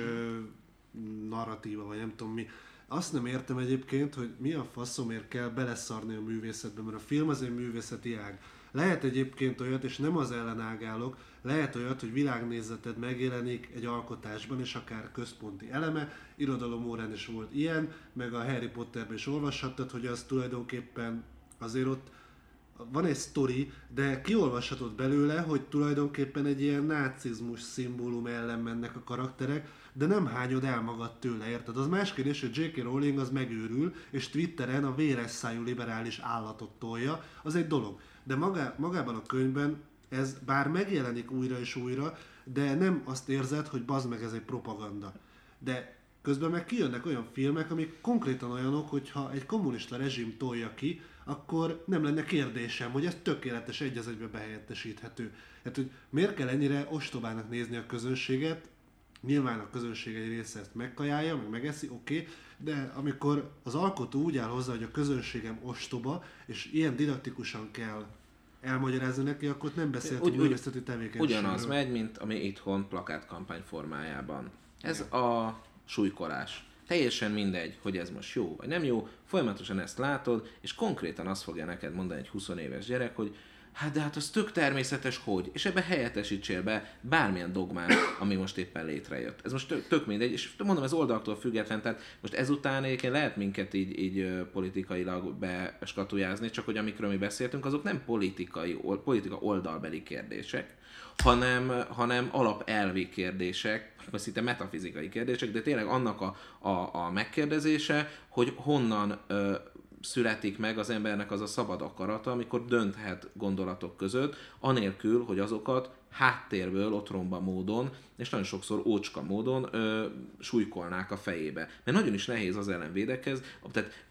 narratíva, vagy nem tudom mi. Azt nem értem egyébként, hogy mi a faszomért kell beleszarni a művészetbe, mert a film az egy művészeti ág. Lehet egyébként olyat, és nem az ellen ágálok, lehet olyat, hogy világnézeted megjelenik egy alkotásban, és akár központi eleme, irodalomórán is volt ilyen, meg a Harry Potterben is olvashattad, hogy az tulajdonképpen azért ott van egy sztori, de kiolvashatod belőle, hogy tulajdonképpen egy ilyen nácizmus szimbólum ellen mennek a karakterek, de nem hányod el magad tőle, érted? Az más kérdés, hogy J.K. Rowling az megőrül, és Twitteren a véres szájú liberális állatot tolja, az egy dolog. De magában a könyvben ez bár megjelenik újra és újra, de nem azt érzed, hogy bazd meg, ez egy propaganda. De közben meg kijönnek olyan filmek, amik konkrétan olyanok, hogyha egy kommunista rezsim tolja ki, akkor nem lenne kérdésem, hogy ez tökéletes egy az egybe behelyettesíthető. Hát, hogy miért kell ennyire ostobának nézni a közönséget? Nyilván a közönség egy része ezt megkajálja, meg megeszi, oké, de amikor az alkotó úgy áll hozzá, hogy a közönségem ostoba, és ilyen didaktikusan kell elmagyarázni neki, akkor nem beszéltünk művészeti tevékenységről. Ugyanaz megy, mint ami itthon plakátkampány formájában. Ez a súlykolás. Teljesen mindegy, hogy ez most jó vagy nem jó, folyamatosan ezt látod, és konkrétan azt fogja neked mondani egy 20 éves gyerek, hogy hát az tök természetes, hogy, és ebbe helyettesítsél be bármilyen dogmát, ami most éppen létrejött. Ez most tök mindegy, és mondom, ez oldalaktól független, tehát most ezután egyébként lehet minket így politikailag beskatujázni, csak hogy amikről mi beszéltünk, azok nem politika oldalbeli kérdések, hanem alapelvi kérdések, vagy szinte metafizikai kérdések, de tényleg annak a megkérdezése, hogy honnan születik meg az embernek az a szabad akarata, amikor dönthet gondolatok között, anélkül, hogy azokat háttérből, otromba módon, és nagyon sokszor ócska módon súlykolnák a fejébe. Mert nagyon is nehéz az ellen védekezni, tehát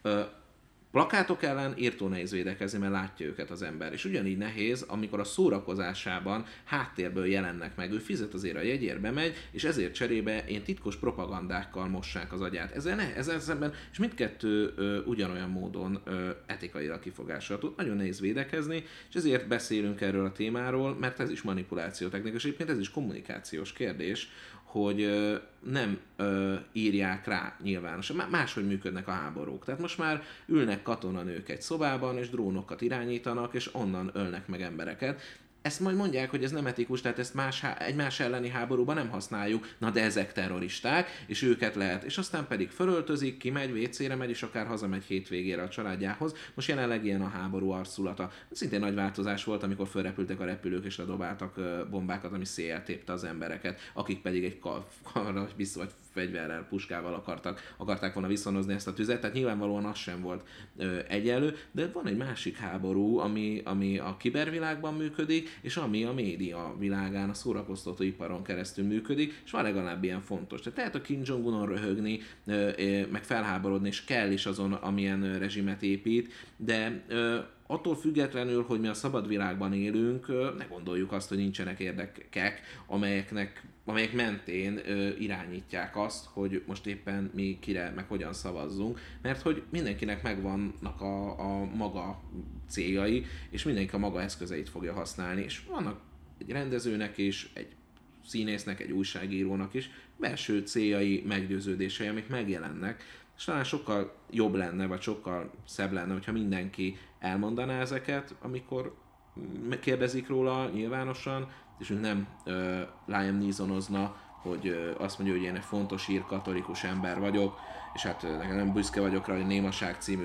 plakátok ellen írtó nehéz védekezni, mert látja őket az ember. És ugyanígy nehéz, amikor a szórakozásában háttérből jelennek meg. Ő fizet azért a jegyért, bemegy, és ezért cserébe ilyen titkos propagandákkal mossák az agyát. Ezzel szemben, és mindkettő ugyanolyan módon etikailag kifogásolható. Nagyon nehéz védekezni, és ezért beszélünk erről a témáról, mert ez is manipulációtechnika, és egyébként ez is kommunikációs kérdés, hogy nem írják rá nyilvánosan. Máshogy működnek a háborúk. Tehát most már ülnek katonanők egy szobában, és drónokat irányítanak, és onnan ölnek meg embereket. Ezt majd mondják, hogy ez nem etikus, tehát ezt egymás elleni háborúban nem használjuk, na de ezek terroristák, és őket lehet. És aztán pedig fölöltözik, kimegy, WC-re megy, és akár hazamegy hétvégére a családjához. Most jelenleg ilyen a háború arculata. Szintén nagy változás volt, amikor fölrepültek a repülők, és ledobáltak bombákat, ami széjjel tépte az embereket, akik pedig egy karral, vagy fegyverrel, puskával akarták volna viszonozni ezt a tüzet, tehát nyilvánvalóan az sem volt egyenlő, de van egy másik háború, ami a kibervilágban működik, és ami a média világán, a szórakoztató iparon keresztül működik, és van legalább ilyen fontos. Tehát lehet a Kim Jong-unon röhögni, meg felháborodni, és kell is azon, amilyen rezsimet épít, de attól függetlenül, hogy mi a szabad világban élünk, ne gondoljuk azt, hogy nincsenek érdekek, amelyek mentén irányítják azt, hogy most éppen mi kire, meg hogyan szavazzunk, mert hogy mindenkinek megvannak a maga céljai, és mindenki a maga eszközeit fogja használni, és vannak egy rendezőnek is, egy színésznek, egy újságírónak is belső céljai, meggyőződései, amik megjelennek, és talán sokkal jobb lenne, vagy sokkal szebb lenne, hogyha mindenki elmondaná ezeket, amikor kérdezik róla nyilvánosan, és nem Liam Neesonozna hogy azt mondja, hogy én egy fontos ír katolikus ember vagyok, és hát nekem nem büszke vagyok rá, hogy Némaság című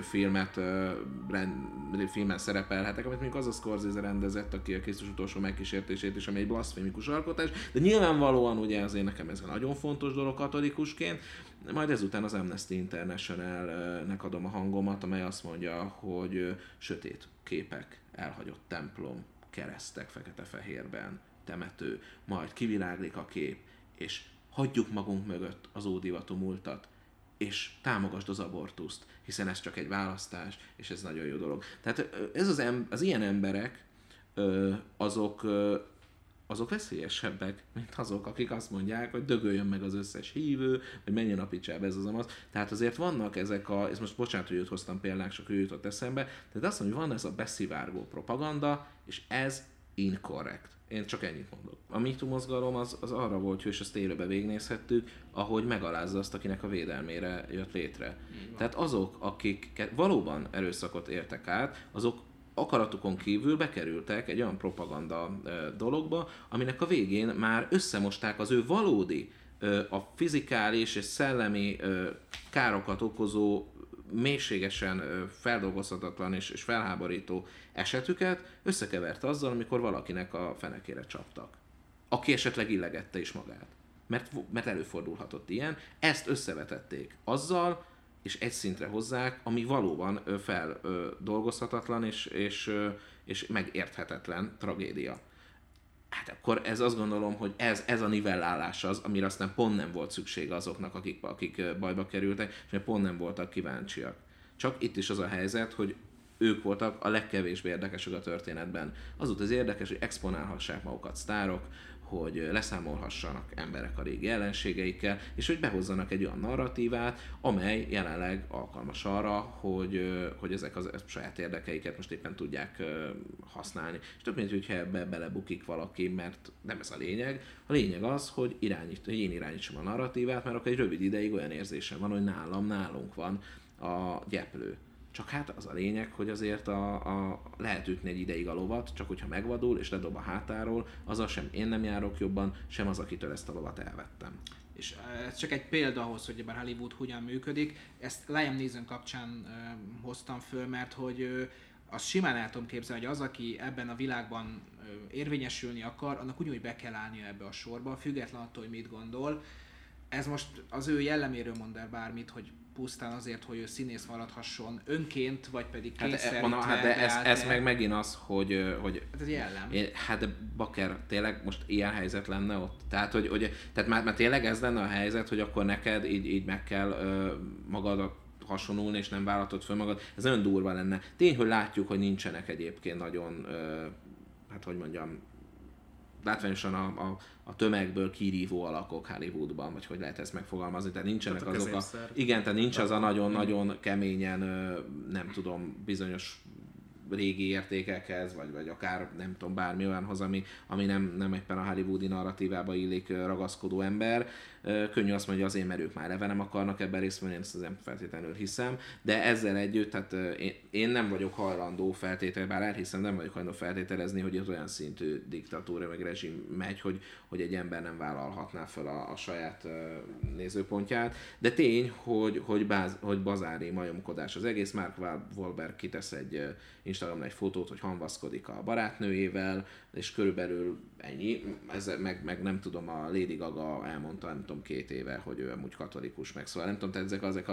filmen szerepelhetek, amit mondjuk az a Scorsese rendezett, aki a Krisztus utolsó megkísértését is, ami egy blaszfémikus alkotás, de nyilvánvalóan ugye azért nekem ez egy nagyon fontos dolog katolikusként, majd ezután az Amnesty International-nek adom a hangomat, amely azt mondja, hogy sötét képek, elhagyott templom, keresztek fekete-fehérben, temető, majd kiviláglik a kép, és hagyjuk magunk mögött az ódivatú múltat, és támogasd az abortuszt, hiszen ez csak egy választás, és ez nagyon jó dolog. Tehát az ilyen emberek, azok veszélyesebbek, mint azok, akik azt mondják, hogy dögöljön meg az összes hívő, vagy menjen a picsába ez az amaz. Tehát azért vannak ezek ez most bocsánat, hogy őt hoztam példák, csak ő jutott eszembe, tehát azt mondom, hogy van ez a beszivárgó propaganda, és ez inkorrekt. Én csak ennyit mondok. A MeToo mozgalom az arra volt, hogy ezt élőbe végignézhettük, ahogy megalázza azt, akinek a védelmére jött létre. Tehát azok, akik valóban erőszakot értek át, azok akaratukon kívül bekerültek egy olyan propaganda dologba, aminek a végén már összemosták az ő valódi, a fizikális és szellemi károkat okozó, mélységesen feldolgozhatatlan és felháborító esetüket összekevert azzal, amikor valakinek a fenekére csaptak. Aki esetleg illegette is magát. Mert előfordulhatott ilyen. Ezt összevetették azzal, és egy szintre hozzák, ami valóban feldolgozhatatlan és megérthetetlen tragédia. Hát akkor ez azt gondolom, hogy ez a nivellálás az, amire aztán pont nem volt szüksége azoknak, akik bajba kerültek, és pont nem voltak kíváncsiak. Csak itt is az a helyzet, hogy ők voltak a legkevésbé érdekesek a történetben. Az volt az érdekes, hogy exponálhassák magukat sztárok, hogy leszámolhassanak emberek a régi ellenségeikkel, és hogy behozzanak egy olyan narratívát, amely jelenleg alkalmas arra, hogy ezek a saját érdekeiket most éppen tudják használni. És több mint, hogyha ebbe belebukik valaki, mert nem ez a lényeg. A lényeg az, hogy én irányítsam a narratívát, mert akkor egy rövid ideig olyan érzésem van, hogy nálunk van a gyeplő. Csak hát az a lényeg, hogy azért lehet ütni egy ideig a lovat, csak hogyha megvadul és ledob a hátáról, azzal sem én nem járok jobban, sem az, akitől ezt a lovat elvettem. És ez csak egy példa ahhoz, hogy ebben Hollywood hogyan működik. Ezt Liam Neeson kapcsán hoztam föl, mert hogy azt simán el tudom képzelni, hogy az, aki ebben a világban érvényesülni akar, annak ugyanúgy be kell állnia ebbe a sorba, független attól, hogy mit gondol. Ez most az ő jelleméről mond el bármit, hogy pusztán azért, hogy ő színész maradhasson önként, vagy pedig kényszerítve. De ez meg megint az, hogy hát ez jellem. Hát de bakker, tényleg most ilyen helyzet lenne ott? Tehát már tényleg ez lenne a helyzet, hogy akkor neked így meg kell magadat hasonulni, és nem vállaltod föl magad. Ez nagyon durva lenne. Tény, hogy látjuk, hogy nincsenek egyébként nagyon, hát hogy mondjam, látványosan a tömegből kirívó alakok Hollywoodban, vagy hogy lehet ezt megfogalmazni, tehát nincsenek azok tehát nincs az a nagyon-nagyon keményen, nem tudom, bizonyos régi értékekhez, vagy akár nem tudom, bármi olyanhoz, ami nem éppen a hollywoodi narratívába illik ragaszkodó ember. Könnyű azt mondani, hogy azért, mert ők már eleve nem akarnak ebben részt venni, én ezt nem feltétlenül hiszem, de ezzel együtt, tehát én nem vagyok hajlandó feltételezni, bár elhiszem, nem vagyok hajlandó feltételezni, hogy ez olyan szintű diktatúra meg rezsim megy, hogy egy ember nem vállalhatná fel a saját nézőpontját, de tény, hogy bazári majomkodás az egész. Mark Wahlberg kitesz egy Instagramon egy fotót, hogy hamvaszkodik a barátnőjével, és körülbelül ennyi. Ez meg nem tudom, a Lady Gaga elmondta, nem tudom, 2 éve, hogy ő amúgy katolikus, meg szóval nem tudom, tehát ezek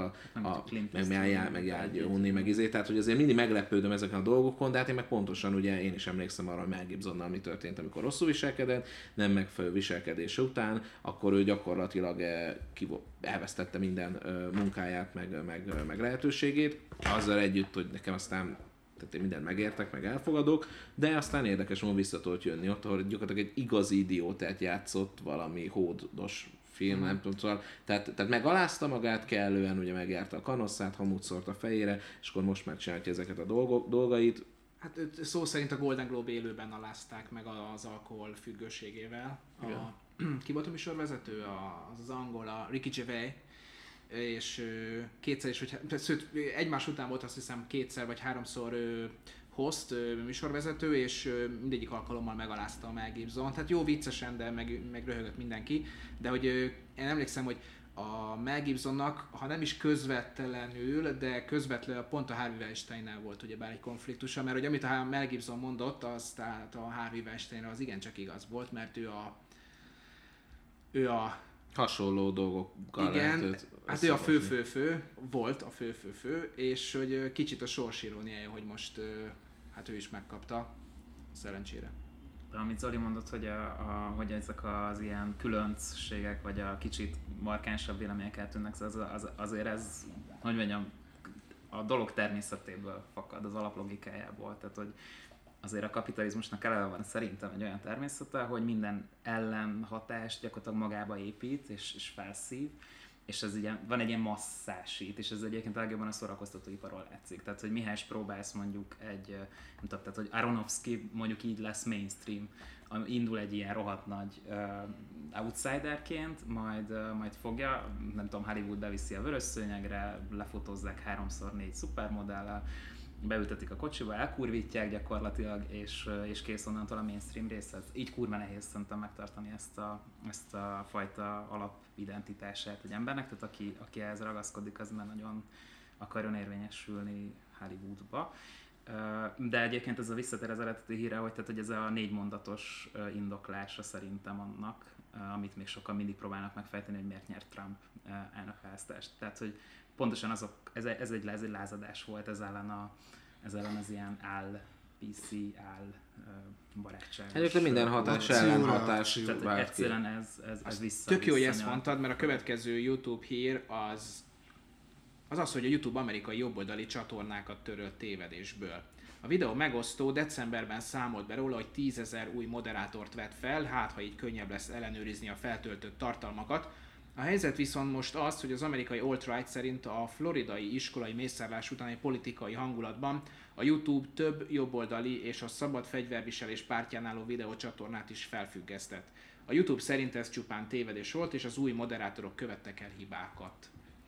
tehát hogy azért mindig meglepődöm ezeken a dolgokon, de hát én meg pontosan ugye én is emlékszem arra, hogy Mel Gibsonnal mi történt, amikor rosszul viselkedett, nem megfelelő viselkedése után, akkor ő gyakorlatilag elvesztette minden munkáját, meg lehetőségét, azzal együtt, hogy nekem aztán tehát én mindent megértek, meg elfogadok, de aztán érdekes módon vissza tudott jönni ott, ahol gyakorlatilag egy igazi idiótát játszott valami hódos film, nem tudom, szóval, tehát megalázta magát kellően, ugye megjárta a kanosszát, hamut szórt a fejére, és akkor most megcsinálja ezeket a dolgait. Hát szó szerint a Golden Globe élőben alázták meg az alkohol függőségével. Ki volt a műsorvezető? Az angol, a Ricky Gervais. És kétszer is, hogy egymás után volt, azt hiszem 2 vagy 3-szor host, műsorvezető, és mindegyik alkalommal megalázta a Mel Gibson. Tehát jó viccesen, de meg röhögött mindenki. De hogy én emlékszem, hogy a Mel Gibsonnak, ha nem is közvetlenül, de közvetlenül pont a Harvey Weinsteinnel volt ugyebár egy konfliktusa, mert hogy amit a Mel Gibson mondott, az tehát a Harvey Weinsteinre az igencsak igaz volt, mert ő a hasonló dolgokkal igen, hát ő a fő volt a fő, és hogy kicsit a sorsiróniája, hogy most hát ő is megkapta, szerencsére. De amit Zoli mondott, hogy ezek az ilyen különcségek, vagy a kicsit markánsabb vélemények eltűnnek, azért ez, hogy mondjam, a dolog természetéből fakad, az alaplogikájából. Tehát, hogy azért a kapitalizmusnak eleve van szerintem egy olyan természete, hogy minden ellenhatást gyakorlatilag magába épít és felszív, és ez ilyen, van egy ilyen masszásít, és ez egyébként legjobban a szórakoztatóiparról látszik. Tehát, hogy mihez próbálsz mondjuk nem tudom, tehát, hogy Aronofsky mondjuk így lesz mainstream, indul egy ilyen rohadt nagy outsiderként, majd fogja, nem tudom, Hollywood beviszi a vörös szőnyegre, lefotózzák 3x4 szupermodellel, beültetik a kocsiba, elkurvítják gyakorlatilag, és kész onnantól a mainstream részhez. Így kurva nehéz szerintem megtartani ezt a fajta alapidentitását egy embernek, tehát aki ehhez ragaszkodik, az már nagyon akarjon érvényesülni Hollywoodba. De egyébként ez a visszatér az eredeti híre, hogy ez a 4 mondatos indoklása szerintem annak, amit még sokan mindig próbálnak megfejteni, hogy miért nyert Trump elnökválasztást. Tehát, hogy pontosan ez egy lázadás volt ez ellen az ilyen PC barátság. Egyébként minden hatás ellenhatás. Tehát egyszerűen ez vissza. Tök jó, hogy ezt mondtad, mert a következő YouTube hír az, hogy a YouTube amerikai jobboldali csatornákat törölt tévedésből. A videó megosztó decemberben számolt be róla, hogy 10 000 új moderátort vett fel, hát ha így könnyebb lesz ellenőrizni a feltöltött tartalmakat. A helyzet viszont most az, hogy az amerikai alt-right szerint a floridai iskolai mészárlás utáni politikai hangulatban a YouTube több jobboldali és a szabad fegyverviselés pártján álló videócsatornát is felfüggesztett. A YouTube szerint ez csupán tévedés volt, és az új moderátorok követtek el hibákat.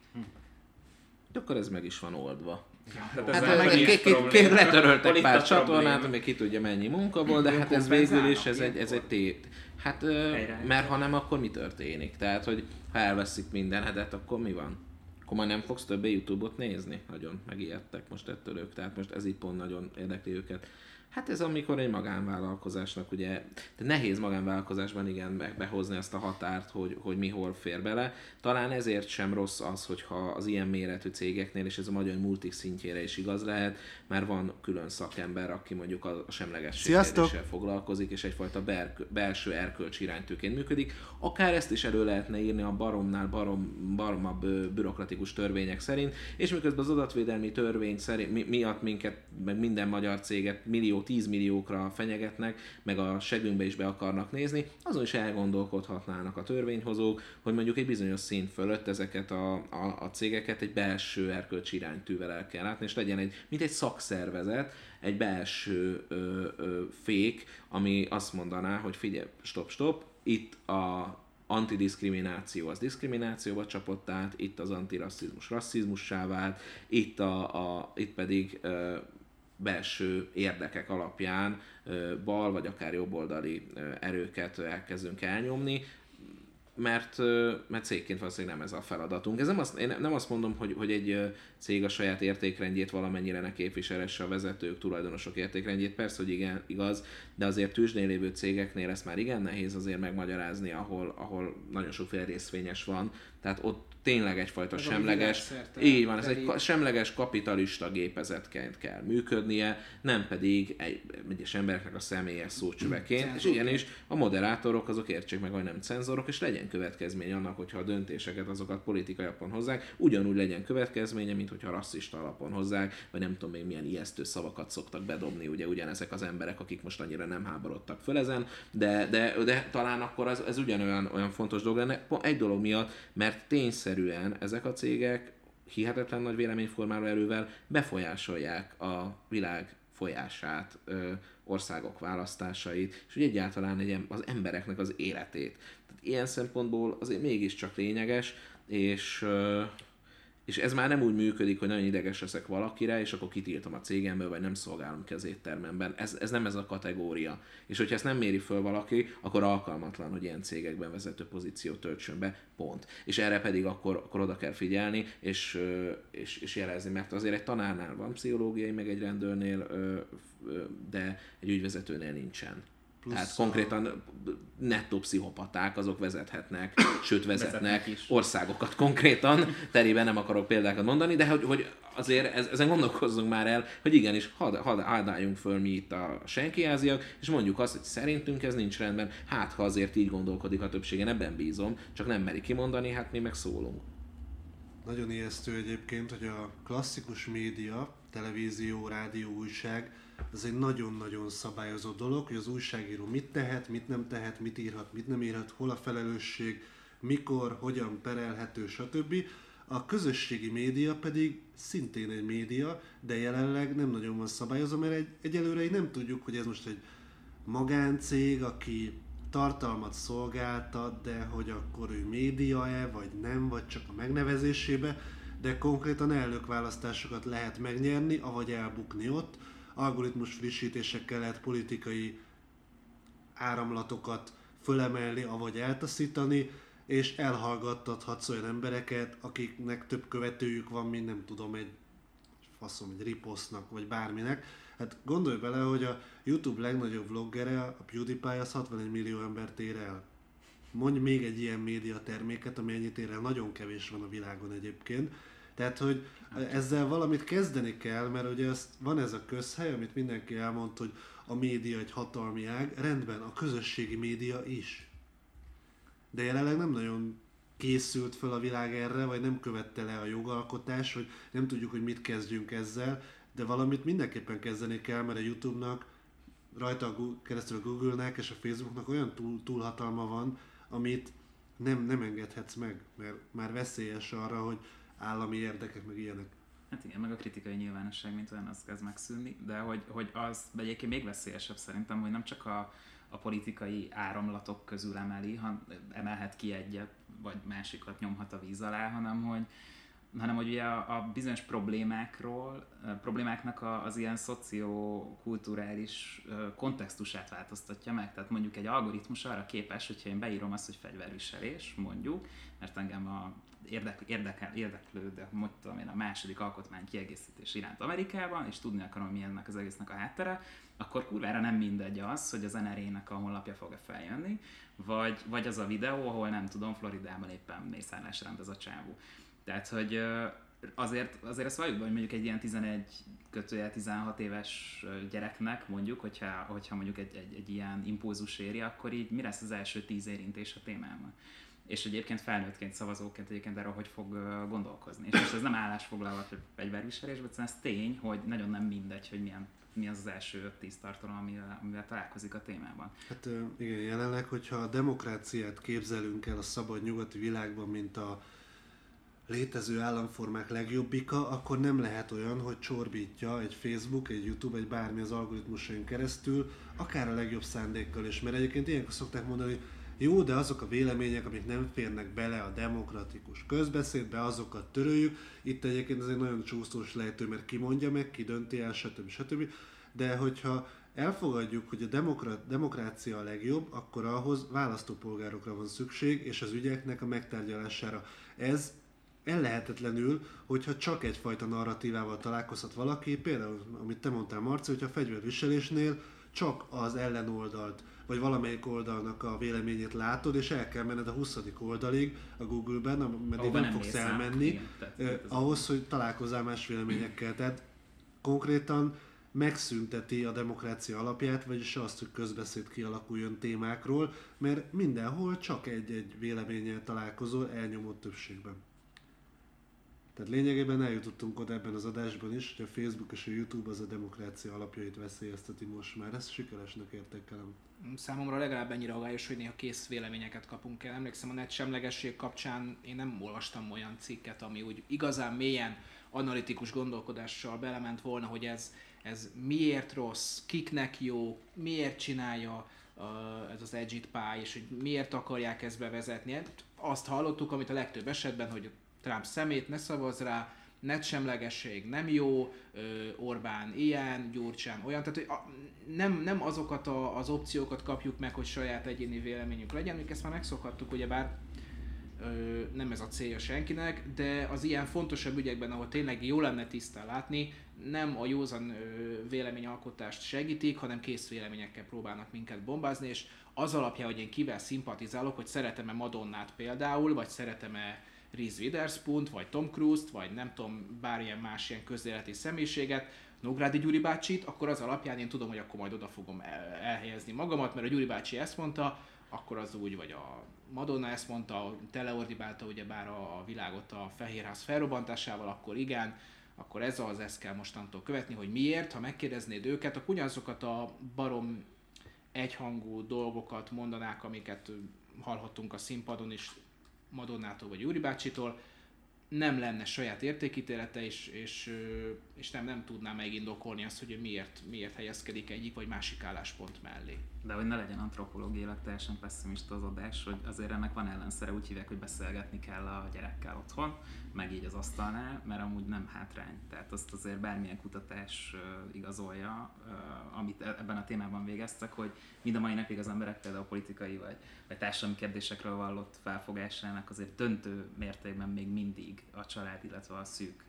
De akkor ez meg is van oldva. Ja, letöröltek pár csatornát, ami ki tudja mennyi munka volt, de hát ez végül is ez egy tét. Hát, mert ha nem, akkor mi történik? Tehát, hogy ha elveszik mindenedet, akkor mi van? Akkor már nem fogsz többé YouTube-ot nézni? Nagyon megijedtek most ettől ők, tehát most ez így pont nagyon érdekli őket. Hát ez amikor egy magánvállalkozásnak ugye, de nehéz magánvállalkozásban igen behozni ezt a határt, hogy mi hol fér bele. Talán ezért sem rossz az, hogyha az ilyen méretű cégeknél, és ez a magyar multik szintjére is igaz lehet, mert van külön szakember, aki mondjuk a semlegesség kérdéssel foglalkozik, és egyfajta belső erkölcsi iránytűként működik. Akár ezt is elő lehetne írni a baromabb bürokratikus törvények szerint, és miközben az adatvédelmi törvény miatt minket, meg minden magyar céget 10 milliókra fenyegetnek, meg a segünkbe is be akarnak nézni, azon is elgondolkodhatnának a törvényhozók, hogy mondjuk egy bizonyos szint fölött ezeket a cégeket egy belső erkölcsi iránytűvel el kell látni, és legyen mint egy szakszervezet, egy belső fék, ami azt mondaná, hogy figyelj, stop, itt a antidiszkrimináció az diszkriminációba csapott át, itt az antirasszizmus rasszizmussá vált, itt pedig belső érdekek alapján bal vagy akár jobboldali erőket elkezdünk elnyomni, mert cégként valószínűleg nem ez a feladatunk. Én nem azt mondom, hogy egy cég a saját értékrendjét valamennyire ne képviselesse a vezetők, tulajdonosok értékrendjét, persze, hogy igen, igaz, de azért tőzsdén lévő cégeknél ezt már igen nehéz azért megmagyarázni, ahol nagyon sokféle részvényes van, tehát ott tényleg egyfajta semleges, így van, ez egy semleges kapitalista gépezetként kell működnie, nem pedig egyes embereknek a személyes szócsöveként, és igenis a moderátorok azok értsék meg, hogy nem cenzorok, és legyen következmény annak, hogyha a döntéseket azokat politikai alapon hozzák, ugyanúgy legyen következménye, mint hogyha rasszista alapon hozzák, vagy nem tudom még milyen ijesztő szavakat szoktak bedobni, ugye ugyanezek az emberek, akik most annyira nem háborodtak föl ezen, de talán akkor ez ugyanolyan fontos dolog lenne, egy dolog miatt, mert tényszerűen ezek a cégek hihetetlen nagy véleményformáló erővel befolyásolják a világ folyását, országok választásait, és úgy egyáltalán az embereknek az életét. Tehát ilyen szempontból azért mégiscsak lényeges, és És ez már nem úgy működik, hogy nagyon ideges leszek valakire, és akkor kitiltom a cégemből, vagy nem szolgálom ki az éttermemben. Ez nem ez a kategória. És hogyha ezt nem méri föl valaki, akkor alkalmatlan, hogy ilyen cégekben vezető pozíciót töltsön be, pont. És erre pedig akkor oda kell figyelni, és jelezni, mert azért egy tanárnál van pszichológiai, meg egy rendőrnél, de egy ügyvezetőnél nincsen. Tehát konkrétan nettó pszichopaták, azok vezethetnek, sőt vezetnek országokat konkrétan. Terében nem akarok példákat mondani, de hogy azért ezen gondolkozzunk már el, hogy igenis álljunk föl mi itt a senkiháziak, és mondjuk azt, hogy szerintünk ez nincs rendben, hát ha azért így gondolkodik a többségen, ebben bízom, csak nem meri kimondani, hát mi meg szólunk. Nagyon ijesztő egyébként, hogy a klasszikus média, televízió, rádió, újság, ez egy nagyon-nagyon szabályozott dolog, hogy az újságíró mit tehet, mit nem tehet, mit írhat, mit nem írhat, hol a felelősség, mikor, hogyan perelhető, stb. A közösségi média pedig szintén egy média, de jelenleg nem nagyon van szabályozva, mert egyelőre nem tudjuk, hogy ez most egy magáncég, aki tartalmat szolgáltat, de hogy akkor ő média-e, vagy nem, vagy csak a megnevezésébe, de konkrétan elnökválasztásokat lehet megnyerni, avagy elbukni ott, algoritmus frissítésekkel lehet politikai áramlatokat fölemelni, avagy eltaszítani, és elhallgattathatsz olyan embereket, akiknek több követőjük van, mint nem tudom, egy riposztnak, vagy bárminek. Hát gondolj bele, hogy a YouTube legnagyobb vloggere, a PewDiePie, az 61 millió embert ér el. Mondj még egy ilyen média terméket, ami ennyit ér el, nagyon kevés van a világon egyébként. Tehát, hogy ezzel valamit kezdeni kell, mert ugye van ez a közhely, amit mindenki elmondta, hogy a média egy hatalmi ág, rendben, a közösségi média is. De jelenleg nem nagyon készült föl a világ erre, vagy nem követte le a jogalkotás, hogy nem tudjuk, hogy mit kezdjünk ezzel, de valamit mindenképpen kezdeni kell, mert a YouTube-nak, rajta keresztül a Google-nek és a Facebooknak olyan túlhatalma van, amit nem engedhetsz meg, mert már veszélyes arra, hogy állami érdekek, meg ilyenek. Hát igen, meg a kritikai nyilvánosság, mint olyan, az kezd megszűnni, de hogy az egyébként még veszélyesebb szerintem, hogy nem csak a politikai áramlatok közül emelhet ki egyet, vagy másikat nyomhat a víz alá, hanem hogy ugye a bizonyos problémáknak az ilyen szociokulturális kontextusát változtatja meg. Tehát mondjuk egy algoritmus arra képes, hogyha én beírom azt, hogy fegyverviselés, mondjuk, mert engem érdeklő, de hogy tudom én, a második alkotmány kiegészítés iránt Amerikában, és tudni akarom, mi ennek az egésznek a háttere, akkor kurvára nem mindegy az, hogy az NRA-nek a honlapja fog-e feljönni, vagy az a videó, ahol nem tudom, Floridában éppen mészárlás rendez a csávó. Tehát, hogy azért ezt valljuk be, hogy mondjuk egy ilyen 11-16 éves gyereknek mondjuk, hogyha mondjuk egy ilyen impulzus éri, akkor így mi lesz az első 10 érintés a témában. És egyébként felnőttként, szavazóként egyébként erről hogy fog gondolkozni. És most ez nem állásfoglalva vagy fegyverviselésben, egyszerűen ez tény, hogy nagyon nem mindegy, hogy mi az első 10 tartalom, amivel találkozik a témában. Hát igen, jelenleg, hogyha a demokráciát képzelünk el a szabad nyugati világban, mint a létező államformák legjobbika, akkor nem lehet olyan, hogy csorbítja egy Facebook, egy YouTube, egy bármi az algoritmusain keresztül, akár a legjobb szándékkal is. Mert egyébként ilyenkor szokták mondani, hogy jó, de azok a vélemények, amik nem férnek bele a demokratikus közbeszédbe, azokat töröljük. Itt egyébként ez egy nagyon csúszós lejtő, mert ki mondja meg, ki dönti el, stb. De hogyha elfogadjuk, hogy a demokrácia a legjobb, akkor ahhoz választópolgárokra van szükség, és az ügyeknek a megtárgyalására. Ez ellehetetlenül, hogyha csak egyfajta narratívával találkozhat valaki, például, amit te mondtál, Marci, hogyha a fegyverviselésnél csak az ellenoldalt, vagy valamelyik oldalnak a véleményét látod, és el kell menned a 20. oldalig a Google-ben, ameddig nem fogsz elmenni, ahhoz, hogy találkozzál más véleményekkel. Tehát konkrétan megszünteti a demokrácia alapját, vagyis azt, hogy közbeszéd kialakuljon témákról, mert mindenhol csak egy véleménnyel találkozol elnyomott többségben. Tehát lényegében eljutottunk oda ebben az adásban is, hogy a Facebook és a YouTube az a demokrácia alapjait veszélyezteti most már. Ezt sikeresnek értékelem. Számomra legalább ennyire aggályos, hogy néha kész véleményeket kapunk el. Emlékszem, a netsemlegesség kapcsán én nem olvastam olyan cikket, ami úgy igazán mélyen analitikus gondolkodással belement volna, hogy ez miért rossz, kiknek jó, miért csinálja ez az Edge-it Pie, és hogy miért akarják ezt bevezetni. Azt hallottuk, amit a legtöbb esetben, hogy Trump szemét, ne szavazz rá, netsemlegesség nem jó, Orbán ilyen, Gyurcsán olyan, tehát nem azokat az opciókat kapjuk meg, hogy saját egyéni véleményünk legyen, még ezt már megszokhattuk, ugyebár nem ez a célja senkinek, de az ilyen fontosabb ügyekben, ahol tényleg jó lenne tisztán látni, nem a józan véleményalkotást segítik, hanem kész véleményekkel próbálnak minket bombázni, és az alapján, hogy én kivel szimpatizálok, hogy szeretem-e Madonnát például, vagy szeretem-e Reese Witherspoont, vagy Tom Cruise-t, vagy nem tudom, bármilyen más ilyen közéleti személyiséget, Nógrádi Gyuri bácsit, akkor az alapján én tudom, hogy akkor majd oda fogom elhelyezni magamat, mert a Gyuri bácsi ezt mondta, akkor az úgy, vagy a Madonna ezt mondta, teleordibálta ugyebár a világot a Fehérház felrobbantásával, akkor igen, akkor ezt kell mostantól követni, hogy miért, ha megkérdeznéd őket, akkor ugyanazokat a barom egyhangú dolgokat mondanák, amiket hallhattunk a színpadon is Madonnától vagy Gyuri bácsitól, nem lenne saját értékítélete, és nem tudná megindokolni azt, hogy miért helyezkedik egyik vagy másik álláspont mellé. De hogy ne legyen antropológiailag teljesen pessimista az adás, hogy azért ennek van ellenszere, úgy hívják, hogy beszélgetni kell a gyerekkel otthon, meg így az asztalnál, mert amúgy nem hátrány. Tehát azt azért bármilyen kutatás igazolja, amit ebben a témában végeztek, hogy mind a mai napig az emberek például politikai vagy társadalmi kérdésekről vallott felfogásának azért döntő mértékben még mindig a család, illetve a szűk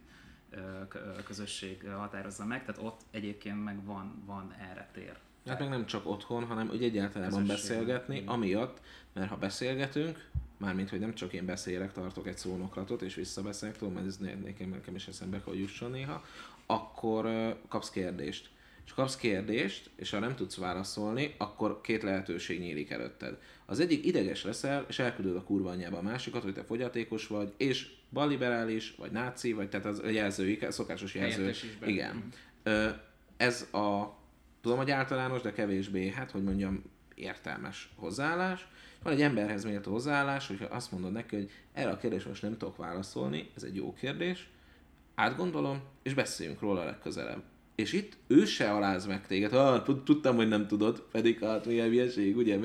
közösség határozza meg, tehát ott egyébként meg van erre tér. Hát meg nem csak otthon, hanem úgy egyáltalán beszélgetni, amiatt, mert ha beszélgetünk, mármint, hogy nem csak én beszélek, tartok egy szónoklatot és visszabeszélek, tudom, mert ez nekem is eszembe kell jusson néha, akkor kapsz kérdést. És kapsz kérdést, és ha nem tudsz válaszolni, akkor két lehetőség nyílik előtted. Az egyik ideges leszel, és elküldöd a kurva anyjába a másikat, hogy te fogyatékos vagy, és balliberális, vagy náci, vagy tehát az jelzői, szokásos jelző. Igen. Ez a, tudom, hogy általános, de kevésbé, hát, hogy mondjam, értelmes hozzáállás. Van egy emberhez méltó hozzáállás, hogyha azt mondod neki, hogy erre a kérdésre most nem tudok válaszolni, ez egy jó kérdés, átgondolom, és beszéljünk róla legközelebb. És itt ő se aláz meg téged, tudtam, hogy nem tudod, pedig hát milyen hülyeség, ugye,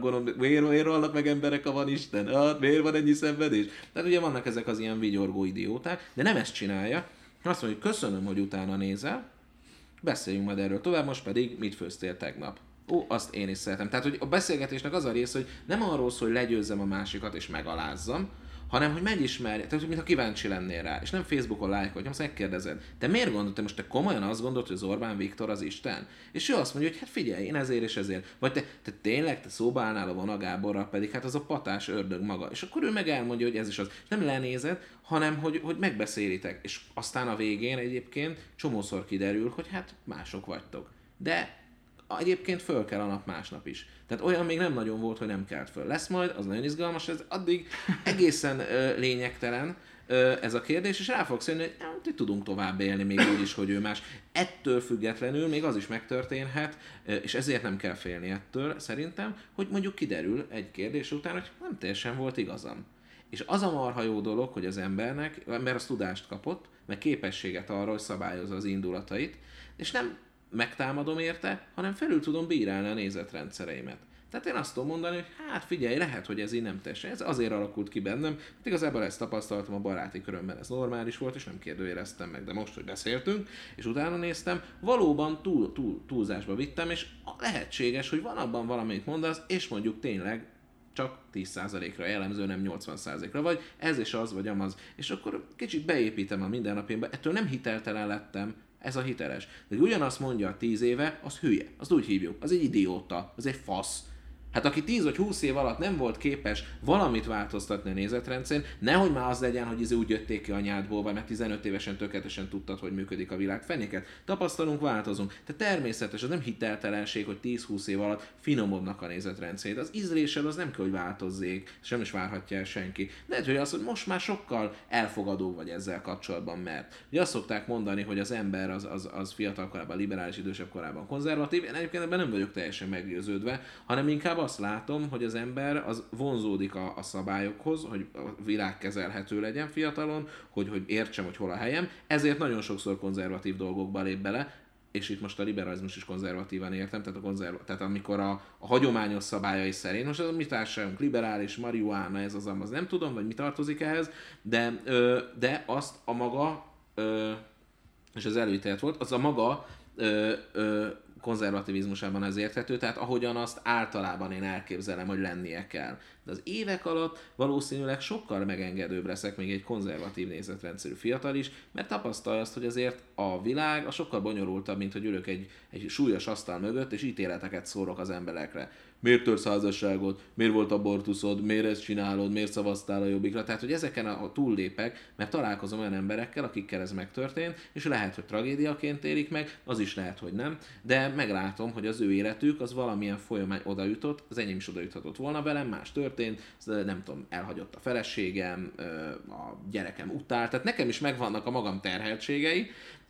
miért vannak meg emberek, ha van Isten, miért van ennyi szenvedés? Tehát ugye vannak ezek az ilyen vigyorgó idióták, de nem ezt csinálja, azt mondja, hogy köszönöm, hogy utána nézel, beszéljünk majd erről tovább, most pedig mit főztél tegnap? Azt én is szeretem. Tehát, hogy a beszélgetésnek az a rész, hogy nem arról szól, hogy legyőzzem a másikat és megalázzam, hanem hogy megismerj, tehát mintha kíváncsi lennél rá, és nem Facebookon lájkolj, azt megkérdezed, te miért gondoltad, most te komolyan azt gondolod, hogy az Orbán Viktor az Isten? És ő azt mondja, hogy hát figyelj, én ezért és ezért. Vagy te tényleg, te szóba állnál a Vona Gáborral, pedig hát az a patás ördög maga. És akkor ő meg elmondja, hogy ez is az. Nem lenézed, hanem hogy megbeszélitek. És aztán a végén egyébként csomószor kiderül, hogy hát mások vagytok. De egyébként föl kell a nap másnap is. Tehát olyan még nem nagyon volt, hogy nem kelt föl. Lesz majd, az nagyon izgalmas, ez addig egészen lényegtelen ez a kérdés, és rá fogsz jönni, hogy tudunk tovább élni még úgy is, hogy ő más. Ettől függetlenül még az is megtörténhet, és ezért nem kell félni ettől szerintem, hogy mondjuk kiderül egy kérdés után, hogy nem teljesen volt igazam. És az a marha jó dolog, hogy az ember az tudást kapott, meg képességet arra, hogy szabályozza az indulatait, és nem megtámadom érte, hanem felül tudom bírálni a nézetrendszereimet. Tehát én azt tudom mondani, hogy hát figyelj, lehet, hogy ez így nem teljesen. Ez azért alakult ki bennem, mert igazából ezt tapasztaltam a baráti körömben, ez normális volt, és nem kérdőjeleztem meg, de most, hogy beszéltünk, és utána néztem, valóban túlzásba vittem, és lehetséges, hogy van abban valamit mondasz, és mondjuk tényleg csak 10%-ra jellemző, nem 80%-ra, vagy ez és az, vagy amaz. És akkor kicsit beépítem a mindennapjaimba, ettől nem hiteltelen lettem, ez a hiteles. De ugyanazt mondja 10 éve, az hülye. Azt úgy hívjuk. Az egy idióta. Az egy fasz. Hát aki 10 vagy 20 év alatt nem volt képes valamit változtatni a nézetrendszerén, nehogy már az legyen, hogy úgy jötték ki anyádból, vagy mert 15 évesen tökéletesen tudtad, hogy működik a világ. Fenéket. Tapasztalunk, változunk. De természetes, az nem hiteltelenség, hogy 10-20 év alatt finomodnak a nézetrendszerét. Az ízlésed az nem kell, hogy változzék, sem is várhatja el senki. De lehet, hogy az, hogy most már sokkal elfogadó vagy ezzel kapcsolatban, mert ugye azt szokták mondani, hogy az ember az fiatal korában liberális, idősebb korában konzervatív. Én egyébként ebben nem vagyok teljesen meggyőződve, hanem inkább azt látom, hogy az ember az vonzódik a szabályokhoz, hogy a világ kezelhető legyen fiatalon, hogy értsem, hogy hol a helyem, ezért nagyon sokszor konzervatív dolgokba lép bele, és itt most a liberalizmus is konzervatívan értem, tehát amikor a hagyományos szabályai szerint, most a mi társadalmunk liberális, marihuána, ez az nem tudom, vagy mi tartozik ehhez, de azt a maga, és ez előítélet volt, az a maga konzervativizmusában ez érthető, tehát ahogyan azt általában én elképzelem, hogy lennie kell. De az évek alatt valószínűleg sokkal megengedőbb leszek még egy konzervatív nézetrendszerű fiatal is, mert tapasztalja azt, hogy azért a világ a sokkal bonyolultabb, mint hogy ülök egy súlyos asztal mögött, és ítéleteket szórok az emberekre. Miért törsz házasságot? Miért volt abortuszod? Miért ezt csinálod? Miért szavaztál a Jobbikra? Tehát, hogy ezeken a túllépek, mert találkozom olyan emberekkel, akikkel ez megtörtént, és lehet, hogy tragédiaként élik meg, az is lehet, hogy nem, de meglátom, hogy az ő életük az valamilyen folyamány oda jutott, az enyém is oda juthatott volna velem, más történt, nem tudom, elhagyott a feleségem, a gyerekem utál, tehát nekem is megvannak a magam terheltségei,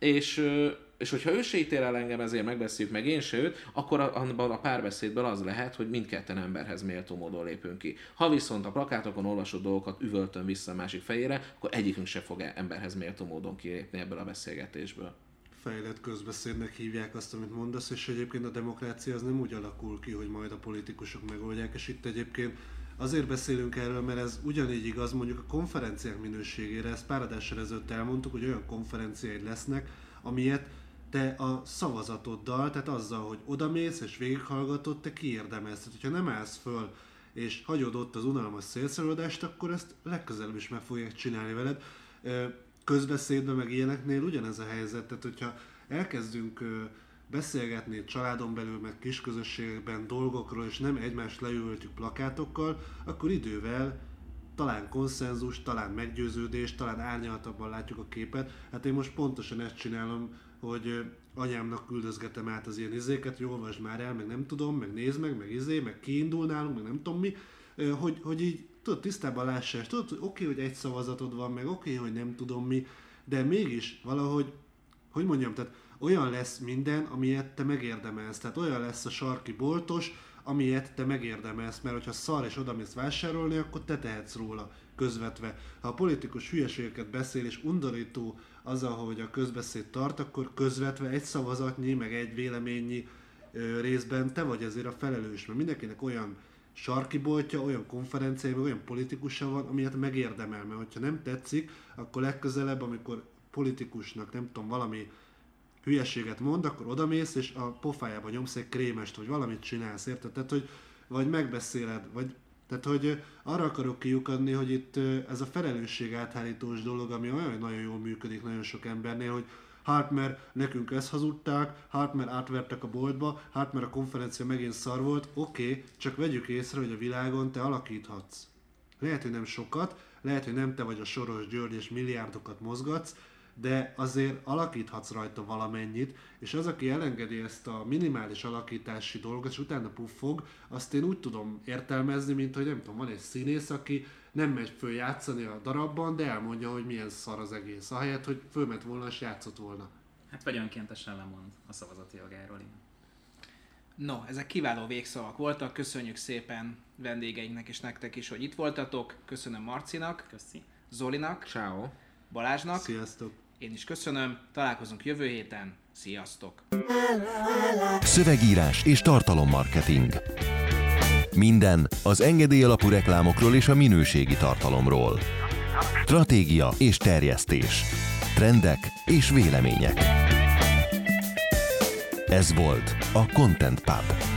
és hogyha ő se ítél el engem, ezért megbeszéljük meg én se őt, akkor abban a párbeszédben az lehet, hogy mindketten emberhez méltó módon lépünk ki. Ha viszont a plakátokon olvasott dolgokat üvöltön vissza a másik fejére, akkor egyikünk se fog emberhez méltó módon kilépni ebből a beszélgetésből. Fejlett közbeszédnek hívják azt, amit mondasz, és egyébként a demokrácia az nem úgy alakul ki, hogy majd a politikusok megoldják, és itt egyébként azért beszélünk erről, mert ez ugyanígy igaz mondjuk a konferenciák minőségére, ezt pár adással ezelőtt elmondtuk, hogy olyan konferenciáid lesznek, amilyet te a szavazatoddal, tehát azzal, hogy odamész és végighallgatod, te kiérdemelsz. Tehát, hogyha nem állsz föl és hagyod ott az unalmas szélszarodást, akkor ezt legközelebb is meg fogják csinálni veled. Közbeszédben meg ilyeneknél ugyanez a helyzet, tehát hogyha elkezdünk beszélgetni családon belül, meg kisközösségekben dolgokról, és nem egymást leültjük plakátokkal, akkor idővel talán konszenzus, talán meggyőződés, talán árnyaltabban látjuk a képet. Hát én most pontosan ezt csinálom, hogy anyámnak küldözgetem át az ilyen izéket, hogy olvasd már el, meg nem tudom, meg nézd meg kiindul nálunk, meg nem tudom mi, hogy így tudod, tisztában lássál, és tudod, hogy oké, hogy egy szavazatod van, meg oké, hogy nem tudom mi, de mégis valahogy, hogy mondjam, tehát olyan lesz minden, amilyet te megérdemelsz, tehát olyan lesz a sarki boltos, amilyet te megérdemelsz, mert hogyha szar és odamész vásárolni, akkor te tehetsz róla közvetve. Ha a politikus hülyeségeket beszél és undorító az, ahogy a közbeszéd tart, akkor közvetve egy szavazatnyi, meg egy véleménynyi részben te vagy ezért a felelős, mert mindenkinek olyan sarki boltja, olyan konferenciája, olyan politikusa van, amilyet megérdemel, mert hogyha nem tetszik, akkor legközelebb, amikor politikusnak nem tudom, valami hülyeséget mond, akkor odamész, és a pofájába nyomsz egy krémest, vagy valamit csinálsz, érted? Tehát, hogy vagy megbeszéled, vagy tehát, hogy arra akarok kiukadni, hogy itt ez a felelősség áthárítós dolog, ami olyan nagyon jól működik nagyon sok embernél, hogy hát mert nekünk ezt hazudták, hát mert átvertek a boltba, hát mert a konferencia megint szar volt, oké, csak vegyük észre, hogy a világon te alakíthatsz. Lehet, hogy nem sokat, lehet, hogy nem te vagy a Soros György és milliárdokat mozgatsz, de azért alakíthatsz rajta valamennyit, és az, aki elengedi ezt a minimális alakítási dolgot, és utána puffog, azt én úgy tudom értelmezni, mint hogy nem tudom, van egy színész, aki nem megy föl játszani a darabban, de elmondja, hogy milyen szar az egész, ahelyett, hogy fölment volna és játszott volna. Hát vagy önkéntesen lemond a szavazati jogáról, igen. No, ezek kiváló végszavak voltak, köszönjük szépen vendégeinknek és nektek is, hogy itt voltatok, köszönöm Marcinak, Köszi. Zolinak, Ciao. Balázsnak, Sziasztok! én is köszönöm, találkozunk jövő héten, sziasztok! Szövegírás és tartalommarketing. Minden az engedély alapú reklámokról és a minőségi tartalomról. Stratégia és terjesztés. Trendek és vélemények. Ez volt a Content Pub.